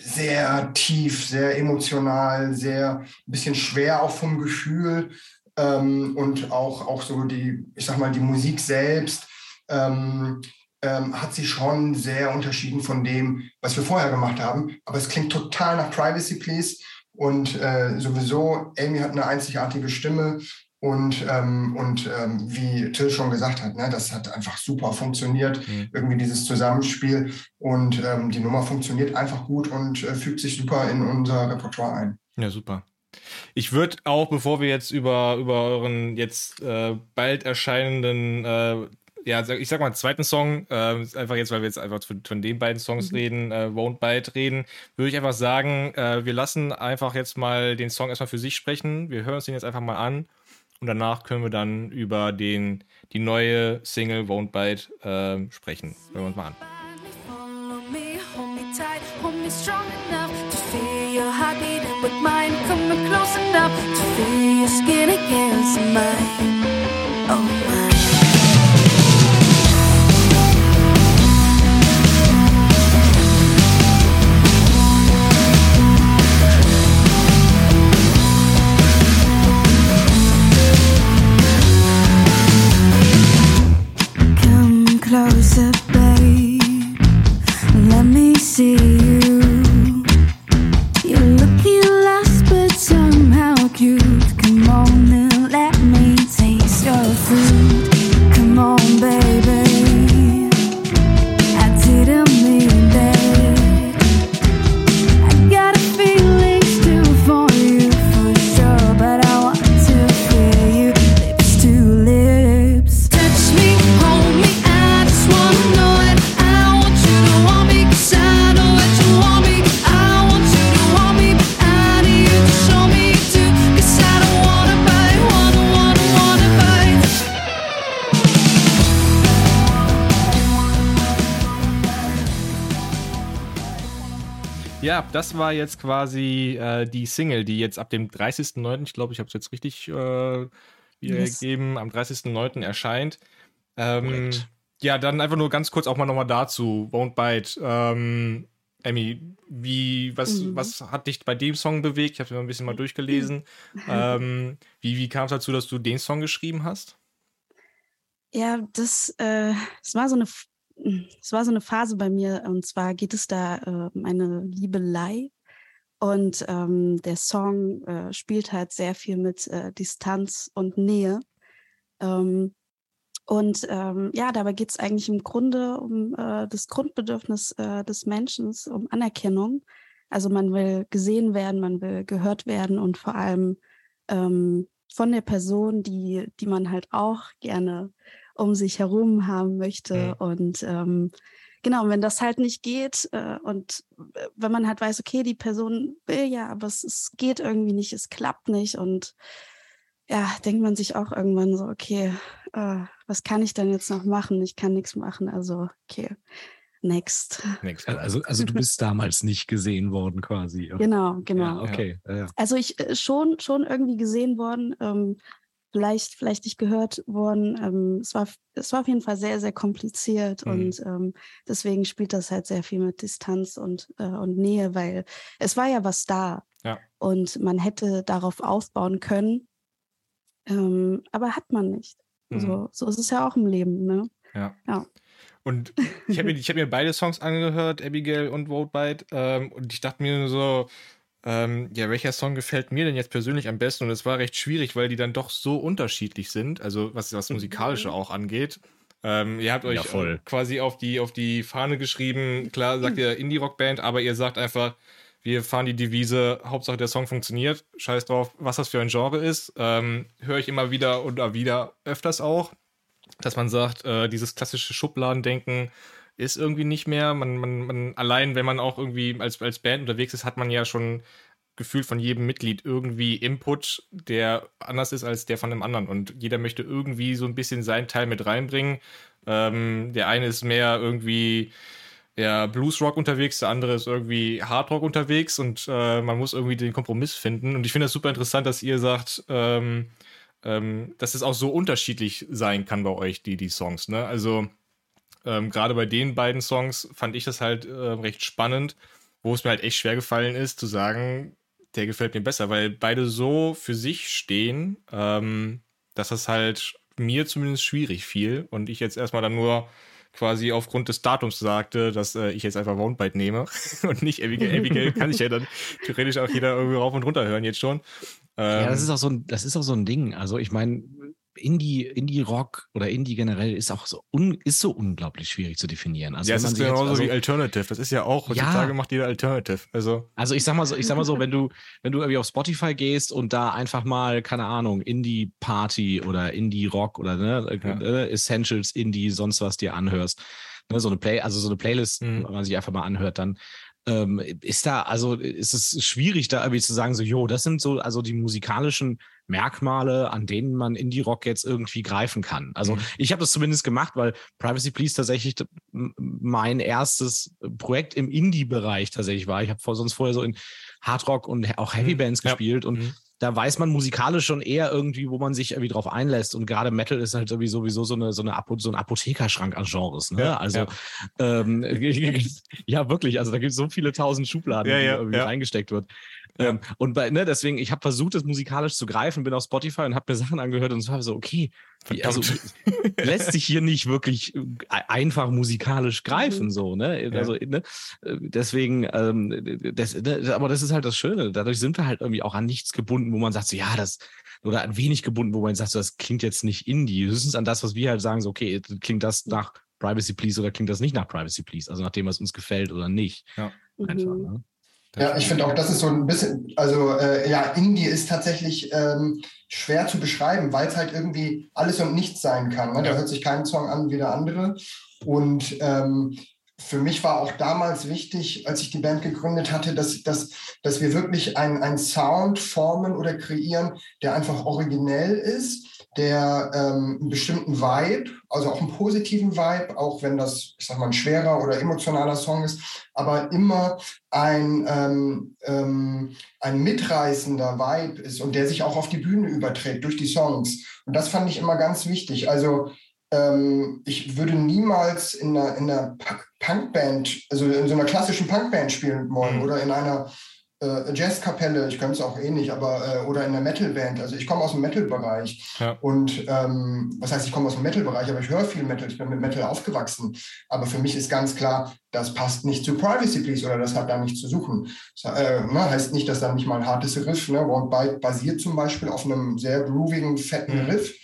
sehr tief, sehr emotional, sehr ein bisschen schwer auch vom Gefühl, ähm, und auch, auch so die, ich sag mal, die Musik selbst ähm, ähm, hat sich schon sehr unterschieden von dem, was wir vorher gemacht haben. Aber es klingt total nach Privacy Please und äh, sowieso, Amy hat eine einzigartige Stimme. Und, ähm, und ähm, wie Till schon gesagt hat, ne, das hat einfach super funktioniert, Mhm. irgendwie dieses Zusammenspiel. Und ähm, die Nummer funktioniert einfach gut und äh, fügt sich super in unser Repertoire ein. Ja, super. Ich würde auch, bevor wir jetzt über, über euren jetzt äh, bald erscheinenden, äh, ja, ich sag mal, zweiten Song, äh, einfach jetzt, weil wir jetzt einfach von, von den beiden Songs Mhm. reden, äh, Won't Bite reden, würde ich einfach sagen, äh, wir lassen einfach jetzt mal den Song erstmal für sich sprechen. Wir hören uns den jetzt einfach mal an und danach können wir dann über den, die neue Single Won't Bite äh, sprechen. Hören wir uns mal an. Follow me, hold me tight, hold me strong enough to feel your heart beating with mine. Coming close enough to feel your skin against mine. Oh my. Come closer, babe. Let me see you. You're looking lost, but somehow cute. Come on and let me taste your food. Come on, baby. I didn't mean that. I got a feeling still for you for sure, but I want to feel you lips to lips. Touch me, hold me, I just wanna know it. I want you to want me, 'cause I know that you want me. I want you to want me, but I need you to show me too, 'cause I don't wanna bite, wanna, wanna, wanna bite. Ja, das war jetzt quasi äh, die Single, die jetzt ab dem dreißigsten neunten, ich glaube, ich habe es jetzt richtig äh, wiedergegeben, am dreißigsten neunten erscheint. Ähm, Korrekt. ja, dann einfach nur ganz kurz auch mal nochmal dazu, Won't Bite. Ähm, Emmy, wie, was, Mhm. was hat dich bei dem Song bewegt? Ich habe mir ein bisschen mal durchgelesen. ähm, wie wie kam es dazu, dass du den Song geschrieben hast? Ja, das, äh, es war so eine, F- es war so eine Phase bei mir. Und zwar geht es da äh, um eine Liebelei. Und ähm, der Song äh, spielt halt sehr viel mit äh, Distanz und Nähe. Ähm, und ähm, ja, dabei geht es eigentlich im Grunde um äh, das Grundbedürfnis äh, des Menschen, um Anerkennung. Also man will gesehen werden, man will gehört werden und vor allem ähm, von der Person, die, die man halt auch gerne um sich herum haben möchte. Mhm. Und ähm, genau, wenn das halt nicht geht äh, und wenn man halt weiß, okay, die Person will ja, aber es, es geht irgendwie nicht, es klappt nicht und ja, denkt man sich auch irgendwann so, okay, äh, was kann ich denn jetzt noch machen? Ich kann nichts machen, also okay, next. next. Also, also du bist damals nicht gesehen worden quasi. Oder? Genau, genau. Ja, okay. Ja. Also ich äh, schon, schon irgendwie gesehen worden, ähm, vielleicht, vielleicht nicht gehört worden. Ähm, es war, es war auf jeden Fall sehr, sehr kompliziert mhm. und ähm, deswegen spielt das halt sehr viel mit Distanz und, äh, und Nähe, weil es war ja was da ja. und man hätte darauf aufbauen können, ähm, aber hat man nicht. Mhm. So, so ist es ja auch im Leben, ne? Ja. ja. Und ich habe mir, hab mir beide Songs angehört, Abigail und Vote Bite, ähm, und ich dachte mir so, Ähm, ja, welcher Song gefällt mir denn jetzt persönlich am besten? Und es war recht schwierig, weil die dann doch so unterschiedlich sind, also was das Musikalische auch angeht. Ähm, ihr habt euch ja, voll. quasi auf die, auf die Fahne geschrieben, klar sagt ihr Indie-Rock-Band, aber ihr sagt einfach, wir fahren die Devise, Hauptsache der Song funktioniert, scheiß drauf, was das für ein Genre ist. Ähm, höre ich immer wieder und wieder öfters auch, dass man sagt, äh, dieses klassische Schubladendenken ist irgendwie nicht mehr. Man, man, man, allein, wenn man auch irgendwie als, als Band unterwegs ist, hat man ja schon gefühlt von jedem Mitglied irgendwie Input, der anders ist als der von dem anderen. Und jeder möchte irgendwie so ein bisschen seinen Teil mit reinbringen. Ähm, der eine ist mehr irgendwie ja, Bluesrock unterwegs, der andere ist irgendwie Hardrock unterwegs und äh, man muss irgendwie den Kompromiss finden. Und ich finde das super interessant, dass ihr sagt, ähm, ähm, dass es auch so unterschiedlich sein kann bei euch, die, die Songs, ne? Also Ähm, gerade bei den beiden Songs fand ich das halt äh, recht spannend, wo es mir halt echt schwer gefallen ist, zu sagen, der gefällt mir besser, weil beide so für sich stehen, ähm, dass das halt mir zumindest schwierig fiel und ich jetzt erstmal dann nur quasi aufgrund des Datums sagte, dass äh, ich jetzt einfach Vote Bite nehme und nicht Abigail. Abigail kann ich ja dann theoretisch auch jeder irgendwie rauf und runter hören jetzt schon. Ähm, ja, das ist auch so ein, das ist auch so ein Ding. Also ich meine, Indie, Indie-Rock oder Indie generell ist auch so un, ist so unglaublich schwierig zu definieren. Also ja, wenn es man ist sich genauso jetzt, also, wie Alternative. Das ist ja auch, heutzutage ja. macht jeder Alternative. Also, also ich sag mal so, ich sag mal so, wenn du, wenn du irgendwie auf Spotify gehst und da einfach mal, keine Ahnung, Indie-Party oder Indie-Rock oder ne, ja. äh, Essentials, Indie, sonst was dir anhörst, ne, so eine Play, also so eine Playlist, mhm. wenn man sich einfach mal anhört, dann ähm, ist da, also ist es schwierig, da irgendwie zu sagen, so, jo, das sind so, also die musikalischen Merkmale, an denen man Indie-Rock jetzt irgendwie greifen kann. Also mhm. ich habe das zumindest gemacht, weil Privacy Please tatsächlich mein erstes Projekt im Indie-Bereich tatsächlich war. Ich habe vor, sonst vorher so in Hardrock und auch Heavy Bands mhm. gespielt ja. und mhm. da weiß man musikalisch schon eher irgendwie, wo man sich irgendwie drauf einlässt. Und gerade Metal ist halt irgendwie sowieso so eine so eine Apo, so ein Apothekerschrank an Genres. Ne? Ja, also ja. Ähm, ja, wirklich. Also da gibt es so viele tausend Schubladen, ja, ja, die irgendwie ja. reingesteckt wird. Ja. Ähm, und bei, ne, deswegen, ich habe versucht, das musikalisch zu greifen, bin auf Spotify und habe mir Sachen angehört und es war so, okay, wie, also lässt sich hier nicht wirklich einfach musikalisch greifen, so, ne? Ja. Also, ne? Deswegen, ähm, das, ne, aber das ist halt das Schöne. Dadurch sind wir halt irgendwie auch an nichts gebunden, wo man sagt, so, ja, das, oder an wenig gebunden, wo man sagt, so, das klingt jetzt nicht Indie. Höchstens an das, was wir halt sagen, so, okay, klingt das nach Privacy Please oder klingt das nicht nach Privacy Please? Also nach dem, was uns gefällt oder nicht. Ja. Einfach, ne? Ja, ich finde auch, das ist so ein bisschen, also äh, ja, Indie ist tatsächlich ähm, schwer zu beschreiben, weil es halt irgendwie alles und nichts sein kann. Ne? Da hört sich kein Song an wie der andere. Und ähm, für mich war auch damals wichtig, als ich die Band gegründet hatte, dass, dass, dass wir wirklich einen Sound formen oder kreieren, der einfach originell ist, der ähm, einen bestimmten Vibe, also auch einen positiven Vibe, auch wenn das, ich sag mal, ein schwerer oder emotionaler Song ist, aber immer ein, ähm, ähm, ein mitreißender Vibe ist und der sich auch auf die Bühne überträgt durch die Songs. Und das fand ich immer ganz wichtig. Also ähm, ich würde niemals in einer, in einer Punkband, also in so einer klassischen Punkband spielen wollen mhm. oder in einer äh, Jazzkapelle, ich könnte es auch eh nicht, aber äh, oder in einer Metalband. Also ich komme aus dem Metal-Bereich ja. und ähm, was heißt, ich komme aus dem Metal-Bereich, aber ich höre viel Metal, ich bin mit Metal aufgewachsen. Aber für mich ist ganz klar, das passt nicht zu Privacy Please oder das hat da nichts zu suchen. Das, äh, ne, heißt nicht, dass da nicht mal ein hartes Riff, ne? Vote Bite basiert zum Beispiel auf einem sehr groovigen, fetten mhm. Riff.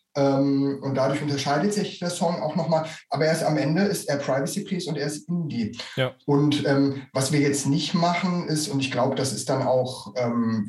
Ähm, und dadurch unterscheidet sich der Song auch nochmal. Aber erst am Ende ist er Privacy Please und er ist Indie. Ja. Und ähm, was wir jetzt nicht machen ist, und ich glaube, das ist dann auch, ähm,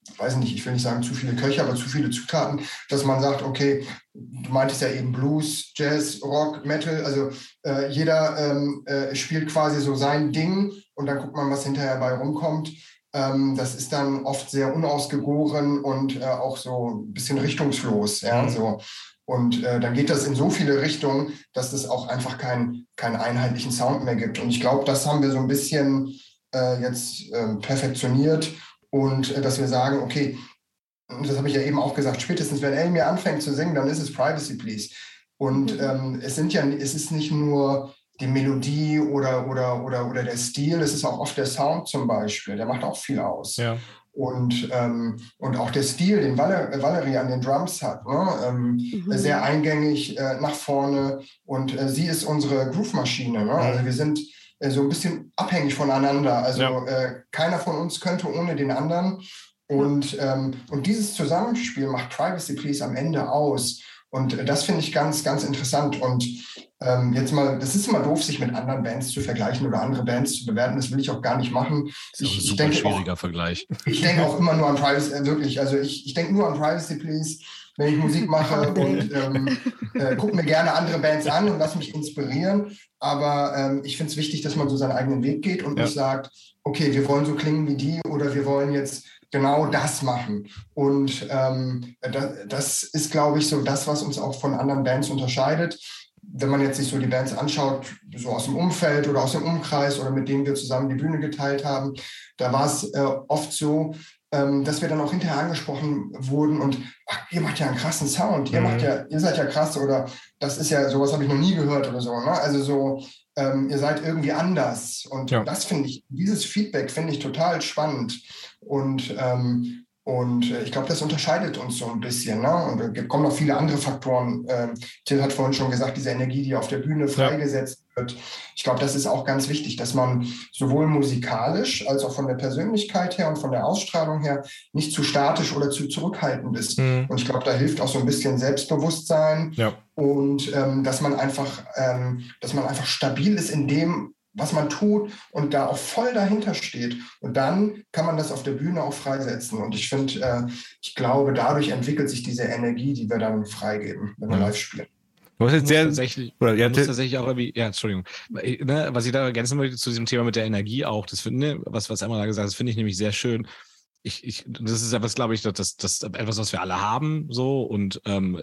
weiß nicht, ich will nicht sagen zu viele Köche, aber zu viele Zutaten, dass man sagt, okay, du meintest ja eben Blues, Jazz, Rock, Metal, also äh, jeder ähm, äh, spielt quasi so sein Ding und dann guckt man, was hinterher bei rumkommt. Ähm, das ist dann oft sehr unausgegoren und äh, auch so ein bisschen richtungslos, ja, mhm. so. Und äh, dann geht das in so viele Richtungen, dass es auch einfach kein, keinen einheitlichen Sound mehr gibt. Und ich glaube, das haben wir so ein bisschen äh, jetzt äh, perfektioniert und äh, dass wir sagen, okay, das habe ich ja eben auch gesagt, spätestens wenn Amy anfängt zu singen, dann ist es Privacy Please. Und ähm, es sind ja, es ist nicht nur die Melodie oder, oder, oder, oder der Stil, es ist auch oft der Sound zum Beispiel, der macht auch viel aus. Ja. Und, ähm, und auch der Stil, den Val- Valerie an den Drums hat, ne? ähm, mhm. sehr eingängig äh, nach vorne und äh, sie ist unsere Groove-Maschine. Ne? Also wir sind äh, so ein bisschen abhängig voneinander. Also ja. äh, keiner von uns könnte ohne den anderen. Und, ähm, und dieses Zusammenspiel macht Privacy Please am Ende aus. Und äh, das finde ich ganz, ganz interessant. Und ähm, jetzt mal, das ist immer doof, sich mit anderen Bands zu vergleichen oder andere Bands zu bewerten. Das will ich auch gar nicht machen. Das ist ich, ein ich super denke schwieriger auch, Vergleich. Ich denke auch immer nur an Privacy, äh, wirklich. Also ich, ich denke nur an Privacy Please, wenn ich Musik mache und ähm, äh, gucke mir gerne andere Bands an und lasse mich inspirieren. Aber ähm, ich finde es wichtig, dass man so seinen eigenen Weg geht und ja. nicht sagt, okay, wir wollen so klingen wie die oder wir wollen jetzt genau das machen. Und ähm, das, das ist, glaube ich, so das, was uns auch von anderen Bands unterscheidet. Wenn man jetzt sich so die Bands anschaut, so aus dem Umfeld oder aus dem Umkreis oder mit denen wir zusammen die Bühne geteilt haben, da war es äh, oft so, ähm, dass wir dann auch hinterher angesprochen wurden und ach, ihr macht ja einen krassen Sound, ihr, mhm. macht ja, ihr seid ja krass oder das ist ja, sowas habe ich noch nie gehört oder so. Ne? Also so, ähm, ihr seid irgendwie anders. Und ja. das finde ich, dieses Feedback finde ich total spannend. Und ähm, Und ich glaube, das unterscheidet uns so ein bisschen. Ne? Und da kommen noch viele andere Faktoren. Ähm, Till hat vorhin schon gesagt, diese Energie, die auf der Bühne freigesetzt ja. wird. Ich glaube, das ist auch ganz wichtig, dass man sowohl musikalisch als auch von der Persönlichkeit her und von der Ausstrahlung her nicht zu statisch oder zu zurückhaltend ist. Mhm. Und ich glaube, da hilft auch so ein bisschen Selbstbewusstsein ja. und ähm, dass man einfach, ähm, dass man einfach stabil ist in dem, was man tut und da auch voll dahinter steht. Und dann kann man das auf der Bühne auch freisetzen. Und ich finde, äh, ich glaube, dadurch entwickelt sich diese Energie, die wir dann freigeben, wenn wir ja. live spielen. Du hast jetzt sehr tatsächlich, oder, ja, muss tatsächlich auch irgendwie, ja, Entschuldigung, ne, was ich da ergänzen möchte zu diesem Thema mit der Energie auch, das finde, ne, was, was Emma da gesagt hat, das finde ich nämlich sehr schön. Ich, ich, das ist etwas, glaube ich, das, das, das etwas, was wir alle haben, so, und ähm,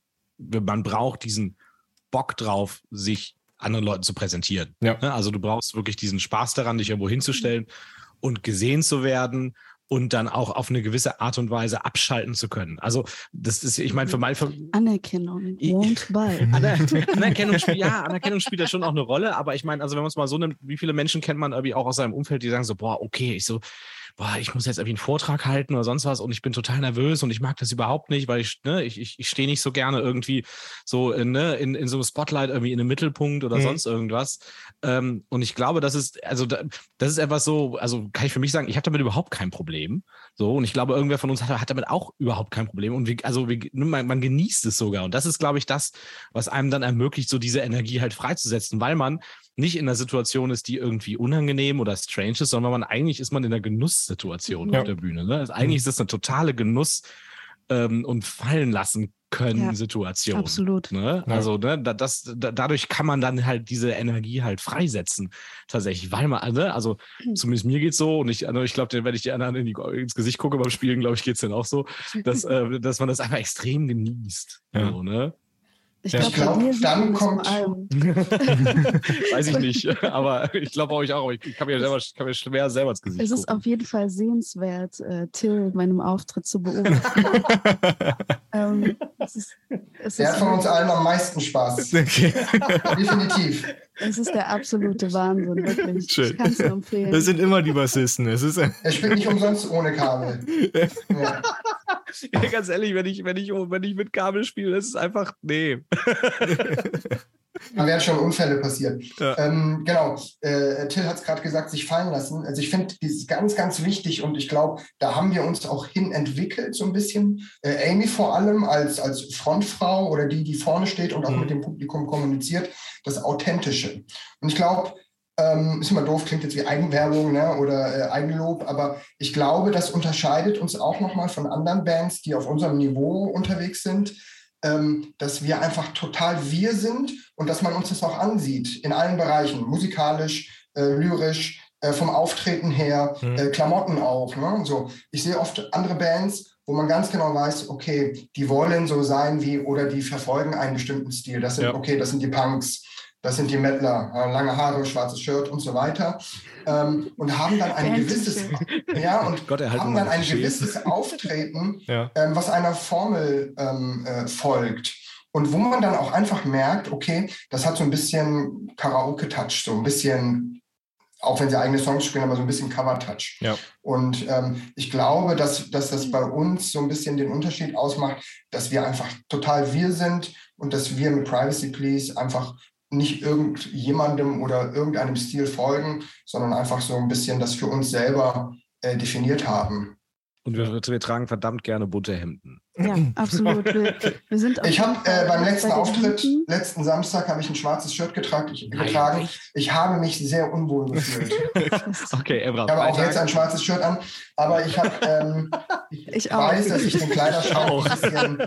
man braucht diesen Bock drauf, sich anderen Leuten zu präsentieren. Ja. Also du brauchst wirklich diesen Spaß daran, dich irgendwo hinzustellen und gesehen zu werden und dann auch auf eine gewisse Art und Weise abschalten zu können. Also das ist, ich meine, für mein... Für, Anerkennung wohnt bei. Aner, Anerkennung, ja, Anerkennung spielt da schon auch eine Rolle, aber ich meine, also wenn man es mal so nimmt, wie viele Menschen kennt man irgendwie auch aus seinem Umfeld, die sagen so, boah, okay, ich so, boah, ich muss jetzt irgendwie einen Vortrag halten oder sonst was und ich bin total nervös und ich mag das überhaupt nicht, weil ich, ne, ich, ich, ich stehe nicht so gerne irgendwie so in, ne, in, in so einem Spotlight irgendwie in einem Mittelpunkt oder mhm. sonst irgendwas. Ähm, und ich glaube, das ist, also da, das ist etwas so, also kann ich für mich sagen, ich habe damit überhaupt kein Problem. So, und ich glaube, irgendwer von uns hat, hat damit auch überhaupt kein Problem. Und wir, also wir, man, man genießt es sogar. Und das ist, glaube ich, das, was einem dann ermöglicht, so diese Energie halt freizusetzen, weil man nicht in einer Situation ist, die irgendwie unangenehm oder strange ist, sondern man eigentlich ist man in einer Genusssituation ja. auf der Bühne. Ne? Also eigentlich ist das eine totale Genuss- ähm, und fallen lassen können ja, Situation. Absolut. Ne? Ja. Also ne, das, da, dadurch kann man dann halt diese Energie halt freisetzen, tatsächlich, weil man, ne, also mhm. zumindest mir geht's so und ich, also ich glaube, wenn ich die anderen in die, ins Gesicht gucke beim Spielen, glaube ich, geht's dann auch so, dass, äh, dass man das einfach extrem genießt. Ja. So, ne? Ich glaube, glaub, dann kommt. Weiß ich nicht, aber ich glaube auch ich auch. Ich kann mir, selber, kann mir schwer selber ins Gesicht Es ist gucken. auf jeden Fall sehenswert, äh, Till in meinem Auftritt zu beobachten. ähm, es ist, es der ist hat von uns allen am meisten Spaß. Okay. Definitiv. Es ist der absolute Wahnsinn, wirklich. Schön. Ich kann es nur empfehlen. Das sind immer die Bassisten. Es ist er spielt nicht umsonst ohne Kabel. Ja. Ja, ganz ehrlich, wenn ich, wenn, ich, wenn ich mit Kabel spiele, das ist einfach, nee. Da wären schon Unfälle passiert. Ja. Ähm, genau, äh, Till hat es gerade gesagt, sich fallen lassen. Also ich finde, das ist ganz, ganz wichtig und ich glaube, da haben wir uns auch hin entwickelt so ein bisschen. Äh, Amy vor allem als, als Frontfrau oder die, die vorne steht und auch mhm. mit dem Publikum kommuniziert, das Authentische. Und ich glaube, Ähm, ist immer doof, klingt jetzt wie Eigenwerbung, ne? Oder äh, Eigenlob, aber ich glaube, das unterscheidet uns auch nochmal von anderen Bands, die auf unserem Niveau unterwegs sind, ähm, dass wir einfach total wir sind und dass man uns das auch ansieht, in allen Bereichen, musikalisch, äh, lyrisch, äh, vom Auftreten her, Mhm. äh, Klamotten auch. Ne? So, ich sehe oft andere Bands, wo man ganz genau weiß, okay, die wollen so sein wie, oder die verfolgen einen bestimmten Stil. Das sind, Ja. okay, das sind die Punks, das sind die Mettler, äh, lange Haare, schwarzes Shirt und so weiter. Ähm, und haben dann ein gewisses, ja, und Gott erhalte haben meine dann ein Klischees. gewisses Auftreten, Ja. ähm, was einer Formel ähm, äh, folgt. Und wo man dann auch einfach merkt, okay, das hat so ein bisschen Karaoke-Touch, so ein bisschen, auch wenn sie eigene Songs spielen, aber so ein bisschen Cover-Touch. Ja. Und ähm, ich glaube, dass, dass das bei uns so ein bisschen den Unterschied ausmacht, dass wir einfach total wir sind und dass wir mit Privacy Please einfach nicht irgendjemandem oder irgendeinem Stil folgen, sondern einfach so ein bisschen das für uns selber äh, definiert haben. Und wir, wir tragen verdammt gerne bunte Hemden. Ja, absolut. Wir, wir sind auf Ich jeden habe Fall äh, beim bei letzten den Auftritt, Hemden. letzten Samstag, habe ich ein schwarzes Shirt getragen. Ich, Nein, getragen. echt? Ich habe mich sehr unwohl gefühlt. Okay, Ebra. Ich habe auch Freitag. jetzt ein schwarzes Shirt an, aber ich, hab, ähm, ich, Ich auch. weiß, dass ich den Kleiderschrank Auch. ein bisschen,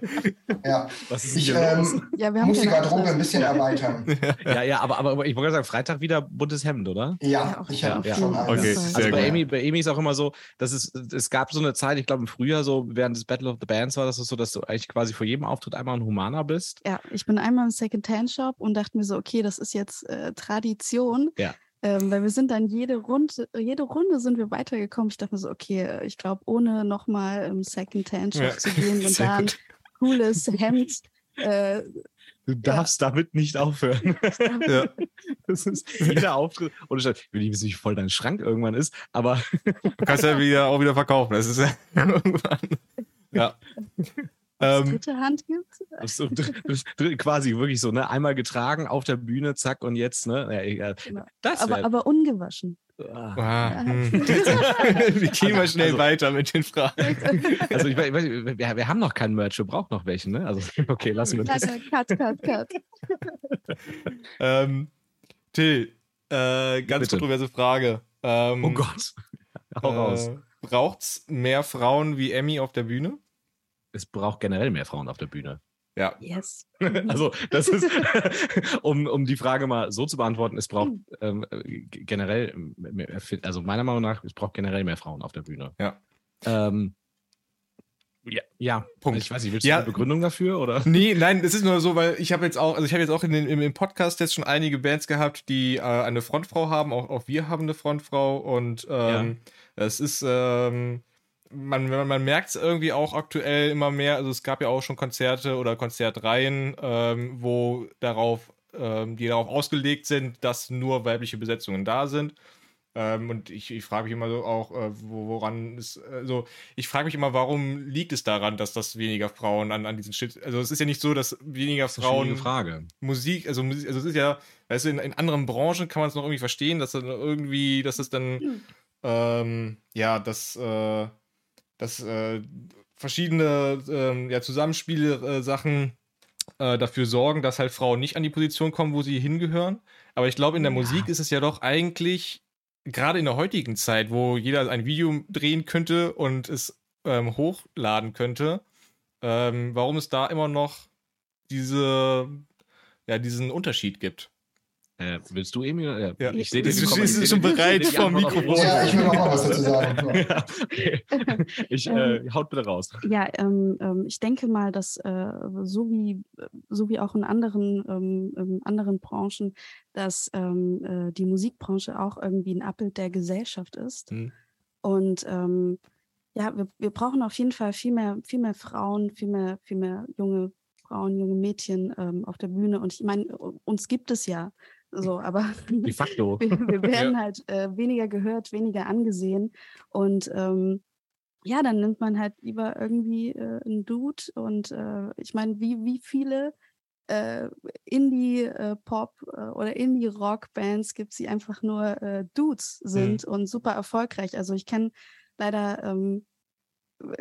ja, Was ist ich denn hier los? ähm, Ja, wir haben muss die keine Garderobe Auswahl. ein bisschen erweitern. Ja, ja, aber, aber ich wollte sagen, Freitag wieder buntes Hemd, oder? Ja, Ja, auf ich jeden habe Fall. schon Auf eins. Okay, jeden Fall. sehr Also bei gut. Amy, bei Amy ist auch immer so, dass es, es gab so eine Zeit, ich glaube im Frühjahr so, während des Battle of the Bands war das so, dass du eigentlich quasi vor jedem Auftritt einmal ein Humaner bist. Ja, ich bin einmal im Second-Hand-Shop und dachte mir so, okay, das ist jetzt äh, Tradition. Ja. Ähm, weil wir sind dann jede Runde, jede Runde sind wir weitergekommen. Ich dachte mir so, okay, äh, ich glaube, ohne nochmal im Second-Hand-Shop Ja, zu gehen und sehr da ein gut. cooles Hemd. Äh, Du darfst damit nicht aufhören. Ja. Das ist jeder Auftritt. Und ich will nicht wissen, wie voll dein Schrank irgendwann ist, aber Du kannst ja wieder, auch wieder verkaufen. Das ist ja irgendwann. Ja. was Ähm, dritte Hand gibt. das ist so, das ist quasi wirklich so, ne? Einmal getragen auf der Bühne, zack, und jetzt, ne? Ja, egal. Genau. Das Aber, wär, aber ungewaschen. ah. ah, hm. Wir gehen mal schnell Also- weiter mit den Fragen. Also ich weiß, ich weiß, wir, wir haben noch keinen Merch, wir brauchen noch welchen, ne? Also okay, lassen wir das. Cut, cut, cut. Ähm, Till, äh, ganz Bitte. kontroverse Frage. Ähm, Oh Gott. Hau raus. Äh, braucht's mehr Frauen wie Emmy auf der Bühne? Es braucht generell mehr Frauen auf der Bühne. Ja. Yes. Also das ist, um, um die Frage mal so zu beantworten, es braucht ähm, g- generell, mehr, also meiner Meinung nach, es braucht generell mehr Frauen auf der Bühne. Ja. Ähm, ja, ja. Punkt. Ich weiß nicht, willst du Ja. eine Begründung dafür, oder? Nee, nein, es ist nur so, weil ich habe jetzt auch, also ich habe jetzt auch in den, im, im Podcast jetzt schon einige Bands gehabt, die äh, eine Frontfrau haben, auch, auch wir haben eine Frontfrau und ähm, das ist, ähm, man, man, man merkt es irgendwie auch aktuell immer mehr, also es gab ja auch schon Konzerte oder Konzertreihen, ähm, wo darauf, ähm, die darauf ausgelegt sind, dass nur weibliche Besetzungen da sind. Ähm, und ich, ich frage mich immer so auch, äh, wo, woran es, also ich frage mich immer, warum liegt es daran, dass das weniger Frauen an, an diesen Shit, also es ist ja nicht so, dass weniger Das ist eine schwierige Frauen Frage. Musik, also Musik, also es ist ja, weißt du, in, in anderen Branchen kann man es noch irgendwie verstehen, dass dann irgendwie, dass es dann, ähm, ja, dass, äh, dass äh, verschiedene ähm, ja, Zusammenspiele, äh, Sachen äh, dafür sorgen, dass halt Frauen nicht an die Position kommen, wo sie hingehören. Aber ich glaube, in der Ja. Musik ist es ja doch eigentlich, gerade in der heutigen Zeit, wo jeder ein Video drehen könnte und es ähm, hochladen könnte, ähm, warum es da immer noch diese, ja, diesen Unterschied gibt. Äh, willst du, Emil? Ja. Ja. Ich sehe Ist- die ist- Komma- ist ich seh schon die- ich bereit seh die vorm Antwort auf Mikrofon. dem Ja, ich will Boden. auch noch was dazu sagen. Ja. Ja, okay. Ich, äh, haut bitte raus. Ja, ähm, ähm, ich denke mal, dass äh, so wie so wie auch in anderen ähm, ähm, anderen Branchen, dass ähm, äh, die Musikbranche auch irgendwie ein Abbild der Gesellschaft ist. Mhm. Und ähm, ja, wir, wir brauchen auf jeden Fall viel mehr, viel mehr Frauen, viel mehr, viel mehr junge Frauen, junge Mädchen ähm, auf der Bühne. Und ich meine, uns gibt es ja so, aber De facto. wir, wir werden halt äh, weniger gehört, weniger angesehen. Und ähm, ja, dann nimmt man halt lieber irgendwie äh, einen Dude. Und äh, ich meine, wie, wie viele äh, Indie-Pop äh, oder Indie-Rock-Bands gibt es, die einfach nur äh, Dudes sind und super erfolgreich. Also ich kenne leider ähm,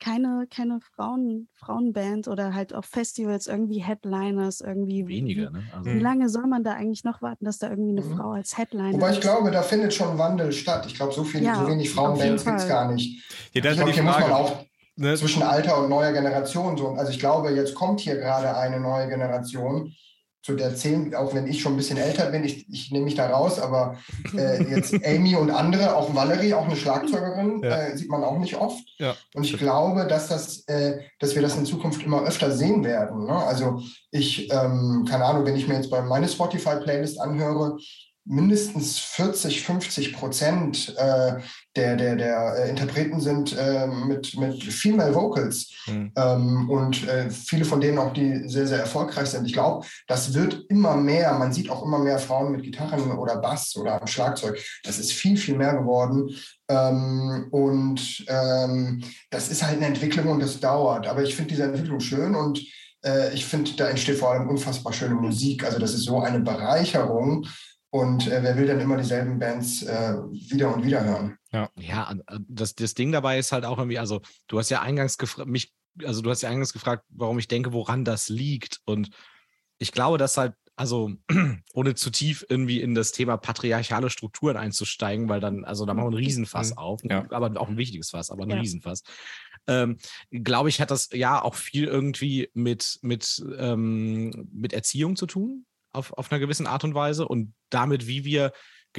keine, keine Frauen, Frauenband oder halt auf Festivals irgendwie Headliners irgendwie. Weniger, wie, ne? Also, wie lange soll man da eigentlich noch warten, dass da irgendwie eine Mhm. Frau als Headliner Wobei ich ist? glaube, da findet schon ein Wandel statt. Ich glaube, so, viel, Ja, so wenig auf jeden Frauenbands gibt es Fall. gar nicht. Ja, das Ich ist ja glaube, die hier muss man Frage. auch Ne? zwischen alter und neuer Generation so. Also ich glaube, jetzt kommt hier gerade eine neue Generation, zu der zehn, auch wenn ich schon ein bisschen älter bin, ich, ich nehme mich da raus, aber äh, jetzt Amy und andere, auch Valerie, auch eine Schlagzeugerin, Ja. äh, sieht man auch nicht oft. Ja. Und ich glaube, dass, das, äh, dass wir das in Zukunft immer öfter sehen werden. Ne? Also ich, ähm, keine Ahnung, wenn ich mir jetzt bei meine Spotify-Playlist anhöre, mindestens vierzig, fünfzig Prozent äh, der, der, der äh, Interpreten sind äh, mit, mit Female Vocals. Mhm. Ähm, und äh, viele von denen auch, die sehr, sehr erfolgreich sind. Ich glaube, das wird immer mehr. Man sieht auch immer mehr Frauen mit Gitarren oder Bass oder am Schlagzeug. Das ist viel, viel mehr geworden. Ähm, und ähm, das ist halt eine Entwicklung und das dauert. Aber ich finde diese Entwicklung schön und äh, ich finde, da entsteht vor allem unfassbar schöne Musik. Also das ist so eine Bereicherung. Und äh, wer will denn immer dieselben Bands äh, wieder und wieder hören? Ja, ja das, das Ding dabei ist halt auch irgendwie, also du hast ja eingangs gefragt, mich, also du hast ja eingangs gefragt, warum ich denke, woran das liegt. Und ich glaube, dass halt, also ohne zu tief irgendwie in das Thema patriarchale Strukturen einzusteigen, weil dann, also da machen wir einen Riesenfass Mhm. auf, Ja. aber auch ein wichtiges Fass, aber ein Ja. Riesenfass. Ähm, glaube ich, hat das ja auch viel irgendwie mit, mit, ähm, mit Erziehung zu tun. Auf, auf einer gewissen Art und Weise und damit, wie wir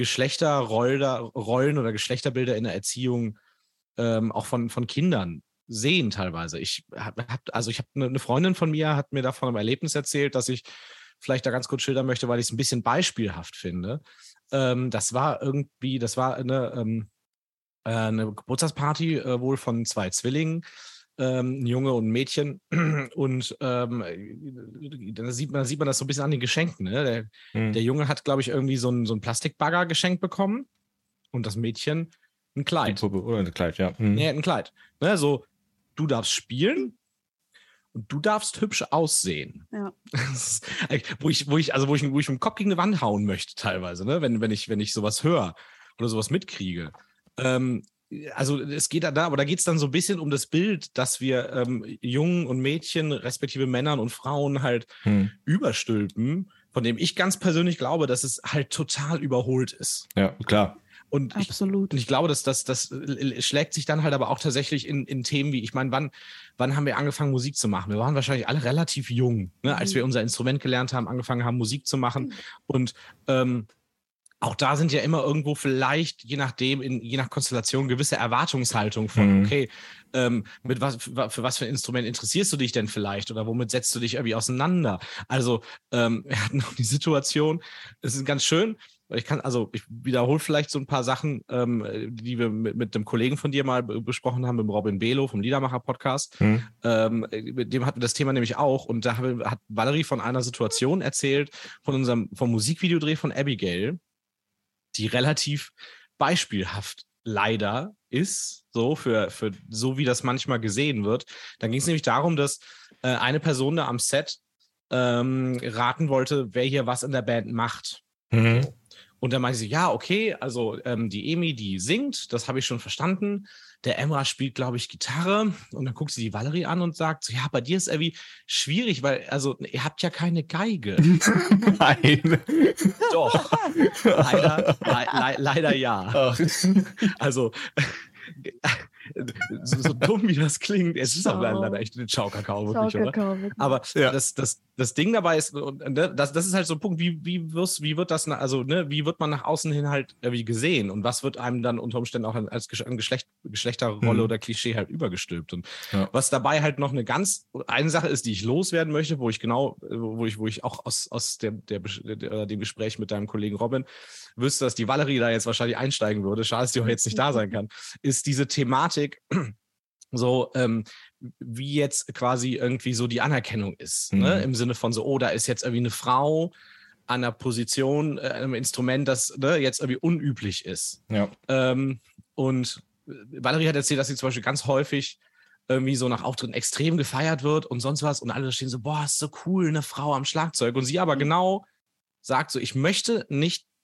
Geschlechterrollen oder Geschlechterbilder in der Erziehung ähm, auch von, von Kindern sehen teilweise. Ich habe hab, also ich habe eine, eine Freundin von mir hat mir davon ein Erlebnis erzählt, dass ich vielleicht da ganz kurz schildern möchte, weil ich es ein bisschen beispielhaft finde. Ähm, das war irgendwie, das war eine, ähm, äh, eine Geburtstagsparty äh, wohl von zwei Zwillingen. Ähm, ein Junge und ein Mädchen und ähm, da sieht man, sieht man das so ein bisschen an den Geschenken. Ne? Der, Mhm. der Junge hat, glaube ich, irgendwie so einen so einen Plastikbagger geschenkt bekommen und das Mädchen ein Die Kleid. Puppe oder ein Kleid, ja. Mhm. Nee, ein Kleid. Ne? So, du darfst spielen und du darfst hübsch aussehen. Ja. Das ist, wo ich, wo ich, also wo ich, wo ich mit dem Kopf gegen eine Wand hauen möchte, teilweise, ne? wenn, wenn, ich, wenn ich sowas höre oder sowas mitkriege. Ähm, Also es geht da, aber da geht es dann so ein bisschen um das Bild, dass wir ähm, Jungen und Mädchen, respektive Männern und Frauen halt Mhm. überstülpen, von dem ich ganz persönlich glaube, dass es halt total überholt ist. Ja, klar. Und ich, Absolut. und ich glaube, dass das, das schlägt sich dann halt aber auch tatsächlich in, in Themen wie, ich meine, wann, wann haben wir angefangen, Musik zu machen? Wir waren wahrscheinlich alle relativ jung, ne, als Mhm. wir unser Instrument gelernt haben, angefangen haben, Musik zu machen. Und ähm, auch da sind ja immer irgendwo vielleicht, je nachdem, in, je nach Konstellation, gewisse Erwartungshaltung von, Mhm. okay, ähm, mit was, für, für was für ein Instrument interessierst du dich denn vielleicht oder womit setzt du dich irgendwie auseinander? Also, ähm, wir hatten auch die Situation, es ist ganz schön, weil ich kann, also ich wiederhole vielleicht so ein paar Sachen, ähm, die wir mit, mit einem Kollegen von dir mal be- besprochen haben, mit dem Robin Belo vom Liedermacher-Podcast. Mhm. Ähm, mit dem hatten wir das Thema nämlich auch und da haben- hat Valerie von einer Situation erzählt, von unserem, vom Musikvideodreh von Abigail, die relativ beispielhaft leider ist, so für, für so wie das manchmal gesehen wird. Da ging es nämlich darum, dass äh, eine Person da am Set ähm, raten wollte, wer hier was in der Band macht. Mhm. Und dann meinte sie, ja, okay, also ähm, die Emi, die singt, das habe ich schon verstanden. Der Emra spielt, glaube ich, Gitarre. Und dann guckt sie die Valerie an und sagt, so, ja, bei dir ist irgendwie schwierig, weil, also, ihr habt ja keine Geige. Nein. Doch, leider, le le leider ja. Ach. Also, so, so dumm wie das klingt, es ist auch Ciao. leider echt ein Ciao-Kakao, Ciao, wirklich, oder? Kakao, wirklich. Aber Ja. das, das, das Ding dabei ist, und ne, das, das ist halt so ein Punkt, wie, wie, wirst, wie wird das, na- also ne, wie wird man nach außen hin halt irgendwie gesehen und was wird einem dann unter Umständen auch als Gesch- an Geschlecht, Geschlechterrolle Mhm. oder Klischee halt übergestülpt. Und Ja. was dabei halt noch eine ganz, eine Sache ist, die ich loswerden möchte, wo ich genau, wo ich, wo ich auch aus, aus der, der, der, dem Gespräch mit deinem Kollegen Robin wüsste, dass die Valerie da jetzt wahrscheinlich einsteigen würde, schade, dass die auch jetzt nicht da sein kann, ist diese Thematik, so ähm, wie jetzt quasi irgendwie so die Anerkennung ist, Mhm. ne? Im Sinne von so, oh, da ist jetzt irgendwie eine Frau an einer Position, äh, einem Instrument, das ne, jetzt irgendwie unüblich ist. Ja. Ähm, und Valerie hat erzählt, dass sie zum Beispiel ganz häufig irgendwie so nach Auftritten extrem gefeiert wird und sonst was und alle stehen so, boah, ist so cool, eine Frau am Schlagzeug und sie aber genau sagt so, ich möchte nicht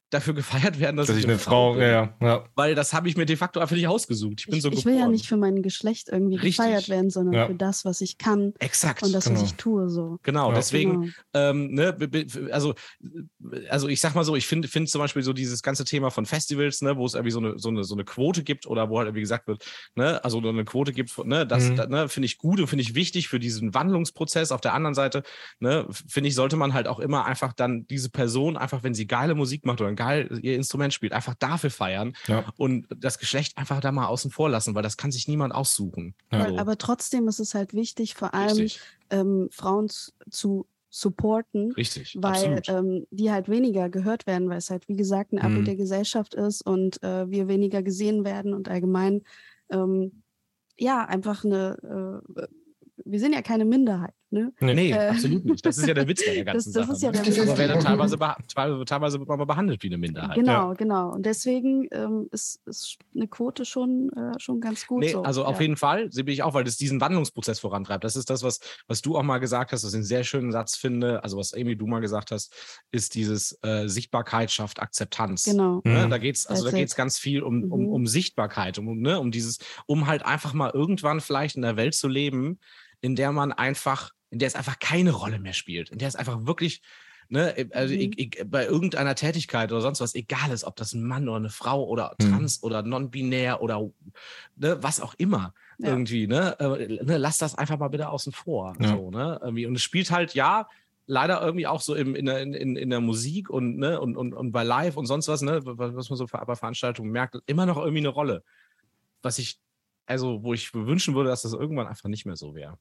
dafür gefeiert werden, dass, dass ich ich eine Frau, bin. ja, ja, ja. Weil das habe ich mir de facto einfach nicht ausgesucht. Ich bin ich, so ich geboren. will ja nicht für mein Geschlecht irgendwie Richtig. gefeiert werden, sondern Ja. für das, was ich kann Exakt. und das, genau. was ich tue. So. Genau, Ja. deswegen, Genau. ähm, ne, be- be- also, also ich sag mal so, ich finde finde zum Beispiel so dieses ganze Thema von Festivals, ne, wo es irgendwie so eine, so eine, so eine Quote gibt oder wo halt irgendwie gesagt wird, ne, also eine Quote gibt, ne, das, Mhm. da, ne, finde ich gut und finde ich wichtig für diesen Wandlungsprozess. Auf der anderen Seite, ne, finde ich, sollte man halt auch immer einfach dann diese Person, einfach wenn sie geile Musik macht oder ein geil ihr Instrument spielt, einfach dafür feiern Ja. und das Geschlecht einfach da mal außen vor lassen, weil das kann sich niemand aussuchen. Ja. So. Aber trotzdem ist es halt wichtig, vor allem Richtig, ähm, Frauen z- zu supporten, richtig, weil absolut. ähm, die halt weniger gehört werden, weil es halt, wie gesagt, ein Abbild Mhm. der Gesellschaft ist und äh, wir weniger gesehen werden und allgemein, ähm, ja, einfach eine, äh, wir sind ja keine Minderheit, ne? Nee, Äh, absolut nicht. Das ist ja der Witz bei der ganzen das, das Sache. ist ja ne? der Witz. Aber werden teilweise, beha- teilweise, teilweise wird man mal behandelt wie eine Minderheit. Genau, genau. Und deswegen ähm, ist, ist eine Quote schon, äh, schon ganz gut. Nee, so. also auf ja. jeden Fall, sehe ich auch, weil das diesen Wandlungsprozess vorantreibt. Das ist das, was, was du auch mal gesagt hast, was ich einen sehr schönen Satz finde, also was Amy, du mal gesagt hast, ist dieses äh, Sichtbarkeit schafft Akzeptanz. Genau. Ne? Mhm. Da geht's, also da That's it. geht's ganz viel um, um, Mhm. um Sichtbarkeit, um, ne, um dieses, um halt einfach mal irgendwann vielleicht in der Welt zu leben, in der man einfach, in der es einfach keine Rolle mehr spielt, in der es einfach wirklich, ne, also Mhm. ich, ich, bei irgendeiner Tätigkeit oder sonst was, egal ist, ob das ein Mann oder eine Frau oder Mhm. trans oder non-binär oder ne, was auch immer Ja. irgendwie, ne, äh, ne, lass das einfach mal bitte außen vor. Ja. So, ne, irgendwie. Und es spielt halt, ja, leider irgendwie auch so im, in, der, in, in der Musik und, ne, und, und, und bei Live und sonst was, ne, was man so bei Veranstaltungen merkt, immer noch irgendwie eine Rolle. Was ich, also, wo ich mir wünschen würde, dass das irgendwann einfach nicht mehr so wäre.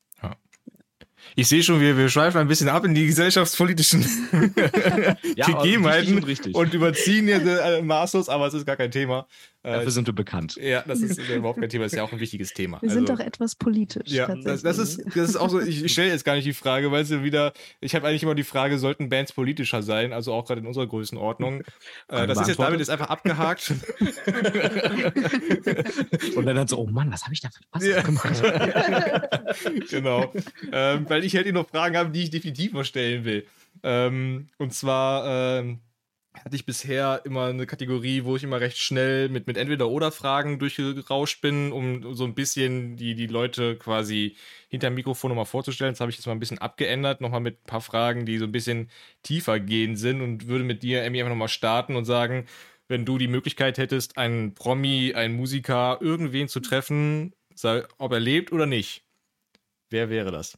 Ich sehe schon, wir, wir schweifen ein bisschen ab in die gesellschaftspolitischen Ja, aber Gegebenheiten wichtig und richtig. und überziehen jetzt äh, maßlos, aber es ist gar kein Thema. Äh, Dafür sind wir bekannt. ja, das ist überhaupt kein Thema, das ist ja auch ein wichtiges Thema. Wir sind Also- doch etwas politisch. Ja, das, das, ist, tatsächlich. das ist auch so, ich, ich stelle jetzt gar nicht die Frage, weil sie wieder, ich habe eigentlich immer die Frage, sollten Bands politischer sein, also auch gerade in unserer Größenordnung. Äh, das ist jetzt damit jetzt einfach abgehakt. Und dann, dann so, oh Mann, was habe ich da für was Ja. gemacht? Genau. Ähm, weil ich halt noch Fragen habe, die ich definitiv noch stellen will. Ähm, und zwar ähm, hatte ich bisher immer eine Kategorie, wo ich immer recht schnell mit, mit Entweder-Oder-Fragen durchgerauscht bin, um so ein bisschen die, die Leute quasi hinter dem Mikrofon nochmal vorzustellen. Das habe ich jetzt mal ein bisschen abgeändert, nochmal mit ein paar Fragen, die so ein bisschen tiefer gehen sind und würde mit dir, Emmy, einfach nochmal starten und sagen, wenn du die Möglichkeit hättest, einen Promi, einen Musiker, irgendwen zu treffen, sei, ob er lebt oder nicht, wer wäre das?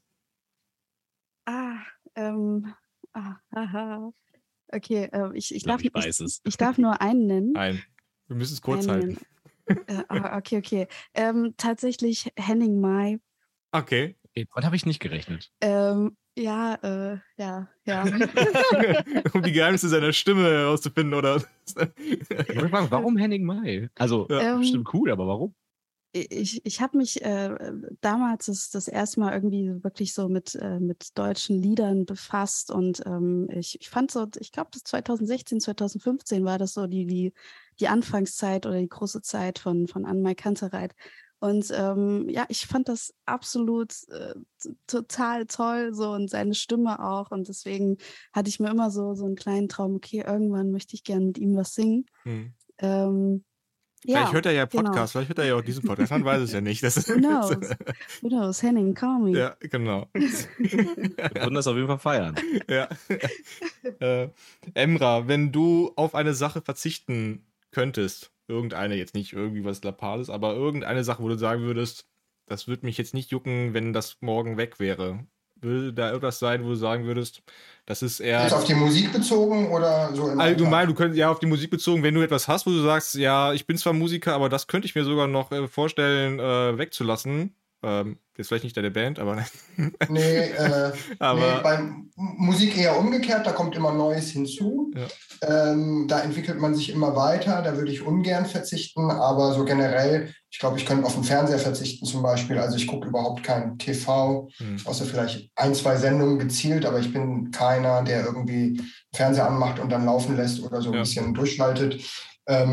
Ah, ähm, ah, haha. Okay, ähm, ich, ich, Ich glaub, darf, ich weiß es. ich, ich darf nur einen nennen. Nein. Wir müssen es kurz Einen, halten. Äh, ah, okay, okay. Ähm, tatsächlich Henning Mai. Okay. Okay, damit habe ich nicht gerechnet. Ähm, ja, äh, ja, ja. Um die Geheimnisse seiner Stimme herauszufinden, oder? Ich wollte fragen, warum Henning Mai? Also, Ja. Ähm, stimmt cool, aber warum? Ich, ich habe mich äh, damals das, das erste Mal irgendwie wirklich so mit, äh, mit deutschen Liedern befasst und ähm, ich, ich fand so, ich glaube, zwanzig sechzehn, zwanzig fünfzehn war das so die, die, die Anfangszeit oder die große Zeit von, von Anne-Mai Kantereit. Und ähm, ja, ich fand das absolut äh, t- total toll, so und seine Stimme auch. Und deswegen hatte ich mir immer so, so einen kleinen Traum, okay, irgendwann möchte ich gerne mit ihm was singen. Hm. Ähm, Vielleicht ja, hört er ja genau. Podcast, vielleicht hört er ja auch diesen Podcast, man weiß es ja nicht. Das ist, Who knows? Who knows? Henning, call me. ja, genau. Wir würden das auf jeden Fall feiern. Ja. äh, Emra, wenn du auf eine Sache verzichten könntest, irgendeine, jetzt nicht irgendwie was Lapales, aber irgendeine Sache, wo du sagen würdest, das würde mich jetzt nicht jucken, wenn das morgen weg wäre. Würde da irgendwas sein, wo du sagen würdest, das ist eher Jetzt auf die Musik bezogen oder so im allgemein, Alltag? du könntest ja auf die Musik bezogen, wenn du etwas hast, wo du sagst, ja, ich bin zwar Musiker, aber das könnte ich mir sogar noch äh, vorstellen, äh, wegzulassen. Ähm, jetzt vielleicht nicht deine Band, aber Nee, äh, Aber- nee, bei M- Musik eher umgekehrt, da kommt immer Neues hinzu. Ja. Ähm, da entwickelt man sich immer weiter, da würde ich ungern verzichten, aber so generell, ich glaube, ich könnte auf den Fernseher verzichten zum Beispiel. Also ich gucke überhaupt kein T V, Hm. außer vielleicht ein, zwei Sendungen gezielt, aber ich bin keiner, der irgendwie Fernseher anmacht und dann laufen lässt oder so ein Ja. bisschen durchschaltet. Ähm,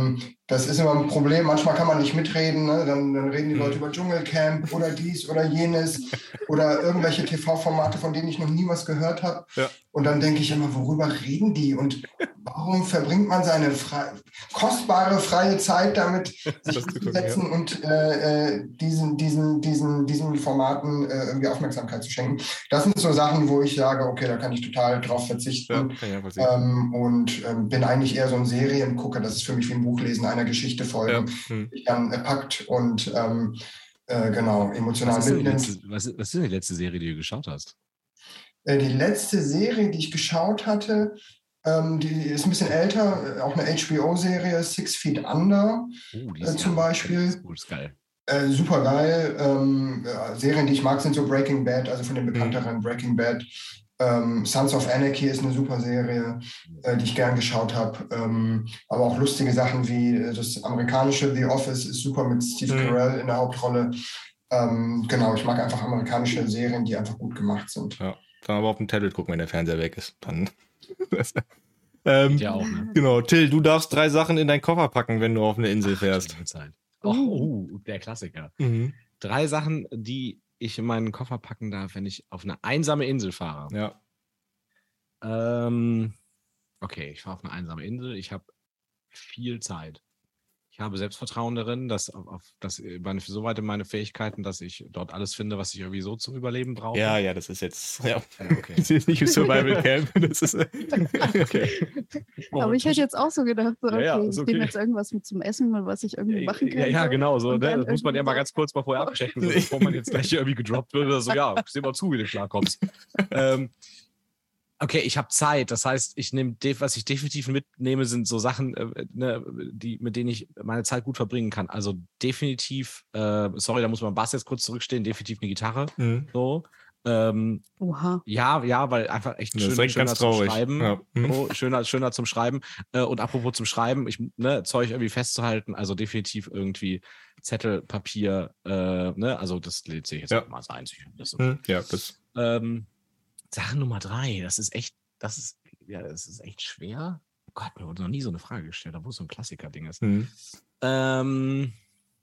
Das ist immer ein Problem. Manchmal kann man nicht mitreden. Ne? Dann, dann reden die Leute über Dschungelcamp oder dies oder jenes oder irgendwelche T V-Formate, von denen ich noch nie was gehört habe. Ja. Und dann denke ich immer, worüber reden die? Und warum verbringt man seine frei, kostbare freie Zeit damit, sich zu setzen ja. und äh, diesen, diesen, diesen, diesen Formaten äh, irgendwie Aufmerksamkeit zu schenken? Das sind so Sachen, wo ich sage, okay, da kann ich total drauf verzichten. Ja, ja, ähm, und ähm, bin eigentlich eher so ein Seriengucker. Das ist für mich wie ein Buchlesen, einer Geschichte folgen, ja. hm. die dann äh, packt und ähm, äh, genau, emotional was mitnimmt. Letzte, was, was ist denn die letzte Serie, die du geschaut hast? Äh, die letzte Serie, die ich geschaut hatte, ähm, die ist ein bisschen älter, äh, auch eine H B O-Serie, Six Feet Under oh, äh, zum geil. Beispiel. Das ist gut, ist geil. Äh, super geil. Ähm, äh, Serien, die ich mag, sind so Breaking Bad, also von den bekannteren mhm. Breaking Bad. Ähm, Sons of Anarchy ist eine super Serie, äh, die ich gern geschaut habe. Ähm, aber auch lustige Sachen wie äh, das amerikanische The Office ist super mit Steve mhm. Carell in der Hauptrolle. Ähm, genau, ich mag einfach amerikanische Serien, die einfach gut gemacht sind. Ja, dann aber auf dem Tablet gucken, wenn der Fernseher weg ist. Dann ähm, ja auch, ne? Genau, Till, du darfst drei Sachen in deinen Koffer packen, wenn du auf eine Insel fährst. Oh, oh, der Klassiker. Mhm. Drei Sachen, die ich in meinen Koffer packen darf, wenn ich auf eine einsame Insel fahre. Ja. Ähm, okay, ich fahre auf eine einsame Insel. Ich habe viel Zeit. Ich habe Selbstvertrauen darin, dass, auf, auf, dass meine, so weit in meine Fähigkeiten, dass ich dort alles finde, was ich irgendwie so zum Überleben brauche. Ja, ja, das ist jetzt. Ja, okay. Das ist nicht ein Survival Camp. Das ist, okay. Aber ich hätte jetzt auch so gedacht, so, okay, ja, ja, ich okay. nehme jetzt irgendwas mit zum Essen, was ich irgendwie machen kann. Ja, ja genau. So, ne? Das muss man ja mal ganz kurz mal vorher abchecken, so, bevor man jetzt gleich irgendwie gedroppt wird oder so. Ja, seh mal zu, wie du klarkommst. ähm, Okay, ich habe Zeit. Das heißt, ich nehme, was ich definitiv mitnehme, sind so Sachen, äh, ne, die, mit denen ich meine Zeit gut verbringen kann. Also definitiv, äh, sorry, da muss man Bass jetzt kurz zurückstehen, definitiv eine Gitarre. Mhm. So. Ähm, Oha. Ja, ja, weil einfach echt schön, schöner ganz zum traurig. Schreiben. Ja. Mhm. So, schöner, schöner zum Schreiben. Äh, und apropos zum Schreiben, ich, ne, Zeug irgendwie festzuhalten, also definitiv irgendwie Zettel, Papier, äh, ne, also das zähle ich jetzt ja. mal als eins. Das mhm. Ja, das. Ähm, Sache Nummer drei, das ist echt, das ist, ja, das ist echt schwer. Oh Gott, mir wurde noch nie so eine Frage gestellt, obwohl es so ein Klassiker-Ding ist. Mhm. Ähm,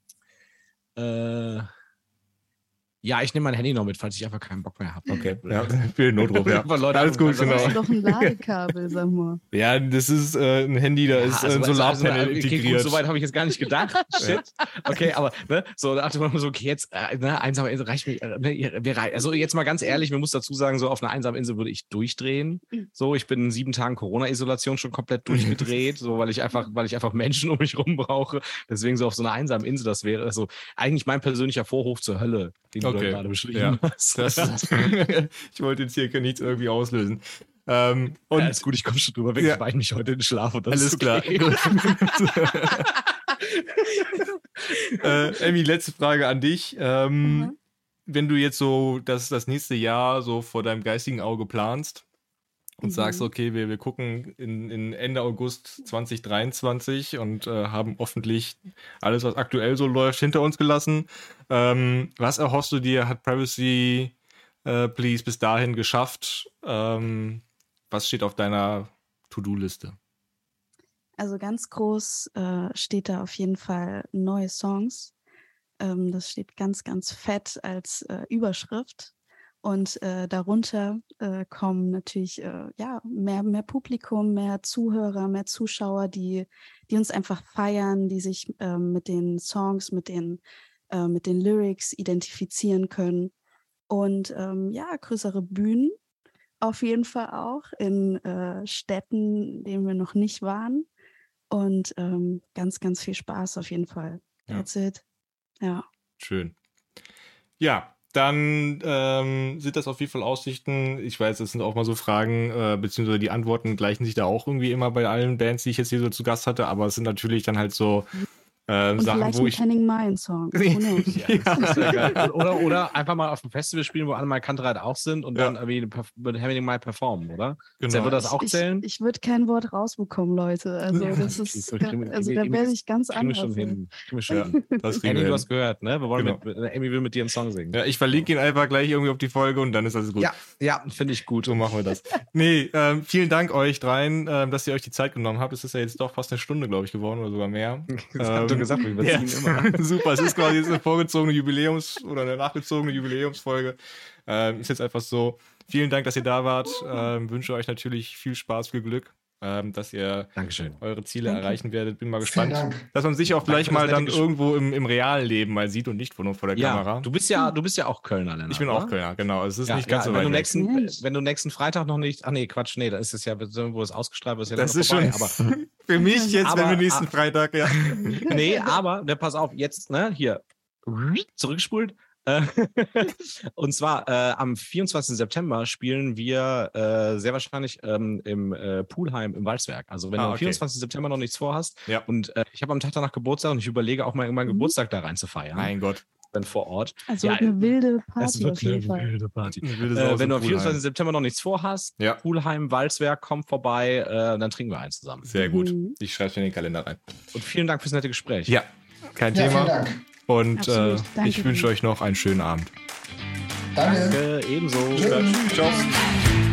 äh, ja, ich nehme mein Handy noch mit, falls ich einfach keinen Bock mehr habe. Okay, ja, für den Notruf, ja. Alles gut, genau. Das ist doch ein Ladekabel, sag mal. Ja, das ist äh, ein Handy, da ja, ist also, ein Solarpanel also, also, integriert. Okay, gut, soweit habe ich jetzt gar nicht gedacht. Shit. Okay, aber ne, so da dachte man so, okay, jetzt äh, ne, einsame Insel reicht mir. Äh, wir, also jetzt mal ganz ehrlich, man muss dazu sagen, so auf einer einsamen Insel würde ich durchdrehen. So, ich bin in sieben Tagen Corona-Isolation schon komplett durchgedreht, so weil ich einfach, weil ich einfach Menschen um mich rum brauche. Deswegen so auf so einer einsamen Insel, das wäre so eigentlich mein persönlicher Vorhof zur Hölle, den okay. du gerade beschrieben ja. hast. Das, ich wollte jetzt hier nichts irgendwie auslösen. Ähm, und ja, ist gut, ich komme schon drüber weg, ja. Ich weine mich heute in den Schlaf. Und das alles ist okay. klar. äh, Emmy, letzte Frage an dich. Ähm, mhm. Wenn du jetzt so das, das nächste Jahr so vor deinem geistigen Auge planst und mhm. sagst, okay, wir, wir gucken in, in Ende August zwanzig dreiundzwanzig und äh, haben hoffentlich alles, was aktuell so läuft, hinter uns gelassen. Ähm, was erhoffst du dir, hat Privacy äh, Please bis dahin geschafft? Ähm, was steht auf deiner To-Do-Liste? Also ganz groß äh, steht da auf jeden Fall neue Songs. Ähm, das steht ganz, ganz fett als äh, Überschrift. Und äh, darunter äh, kommen natürlich äh, ja, mehr, mehr Publikum, mehr Zuhörer, mehr Zuschauer, die, die uns einfach feiern, die sich äh, mit den Songs, mit den, äh, mit den Lyrics identifizieren können. Und ähm, ja, größere Bühnen auf jeden Fall auch in äh, Städten, in denen wir noch nicht waren. Und ähm, ganz, ganz viel Spaß auf jeden Fall. That's ja. it. Ja. Schön. Ja. Dann ähm, sind das auf jeden Fall Aussichten. Ich weiß, das sind auch mal so Fragen, äh, beziehungsweise die Antworten gleichen sich da auch irgendwie immer bei allen Bands, die ich jetzt hier so zu Gast hatte, aber es sind natürlich dann halt so Ähm, Und Sachen, vielleicht wo ein ich. Henning Mayen-Song. Ja, das wär geil. Oder, oder einfach mal auf einem Festival spielen, wo Annemal Kantereit auch sind und Ja. dann irgendwie mit Henning mal performen, oder? Genau. Würde das auch Ich, zählen? ich, ich würde kein Wort rausbekommen, Leute. Also, Ja, das das ist, kriegen wir- kriegen wir- also da kriegen wir- werde ich ganz Kriegen wir anders. schon sein. hin. Kriegen wir schon Ja, hin. das kriegen Henning, wir du hin. hast gehört, ne? Wir wollen Genau. mit, mit, Amy will mit dir einen Song singen. Ja, ich verlinke ihn einfach gleich irgendwie auf die Folge und dann ist alles gut. Ja, ja, finde ich gut. So machen wir das. Nee, ähm, vielen Dank euch dreien, ähm, dass ihr euch die Zeit genommen habt. Es ist ja jetzt doch fast eine Stunde, glaube ich, geworden oder sogar mehr. Das hat du gesagt, wir überziehen ja. immer. Super, es ist quasi jetzt eine vorgezogene Jubiläums- oder eine nachgezogene Jubiläumsfolge. Ähm, ist jetzt einfach so. Vielen Dank, dass ihr da wart. Ähm, wünsche euch natürlich viel Spaß, viel Glück, ähm, dass ihr Dankeschön. eure Ziele Danke. erreichen werdet. Bin mal Vielen gespannt, Dank. dass man sich auch vielleicht für das mal dann nette Gesch- irgendwo im, im realen Leben mal sieht und nicht nur vor der Ja, Kamera. du bist ja, du bist ja auch Kölner, Lennart. Ich bin oder? auch Kölner, genau. Es ist Ja, nicht ganz ja, so wenn, weit du weg. nächsten, Mensch. wenn du nächsten Freitag noch nicht, ach nee, Quatsch, nee, da ist es ja, wo es ausgestrahlt wird, ist ja Das noch ist vorbei, schon aber für mich jetzt, Aber- wenn wir nächsten ah. Freitag, ja. nee, aber, ne, pass auf, jetzt, ne, hier, zurückgespult. Äh, Und zwar äh, am vierundzwanzigsten September spielen wir äh, sehr wahrscheinlich ähm, im äh, Poolheim im Walzwerk. Also wenn Ah, du am okay. vierundzwanzigsten September noch nichts vorhast Ja. und äh, ich habe am Tag danach Geburtstag und ich überlege auch mal meinen Mhm. Geburtstag da rein zu feiern, Mein Gott. dann vor Ort. Also Ja, eine wilde Es Party wird auf jeden eine Fall. wilde Party. Eine wilde Sau Äh, aus wenn dem du am Poolheim. vierundzwanzigsten September noch nichts vorhast, Ja. Poolheim, Walzwerk, komm vorbei, äh, dann trinken wir eins zusammen. Sehr gut. Mhm. Ich schreibe es in den Kalender rein. Und vielen Dank fürs nette Gespräch. Ja, kein Ja, vielen Thema. Dank. Und Absolut. äh, Danke ich wünsche dir. euch noch einen schönen Abend. Danke. Danke, ebenso. Tschüss. Ciao.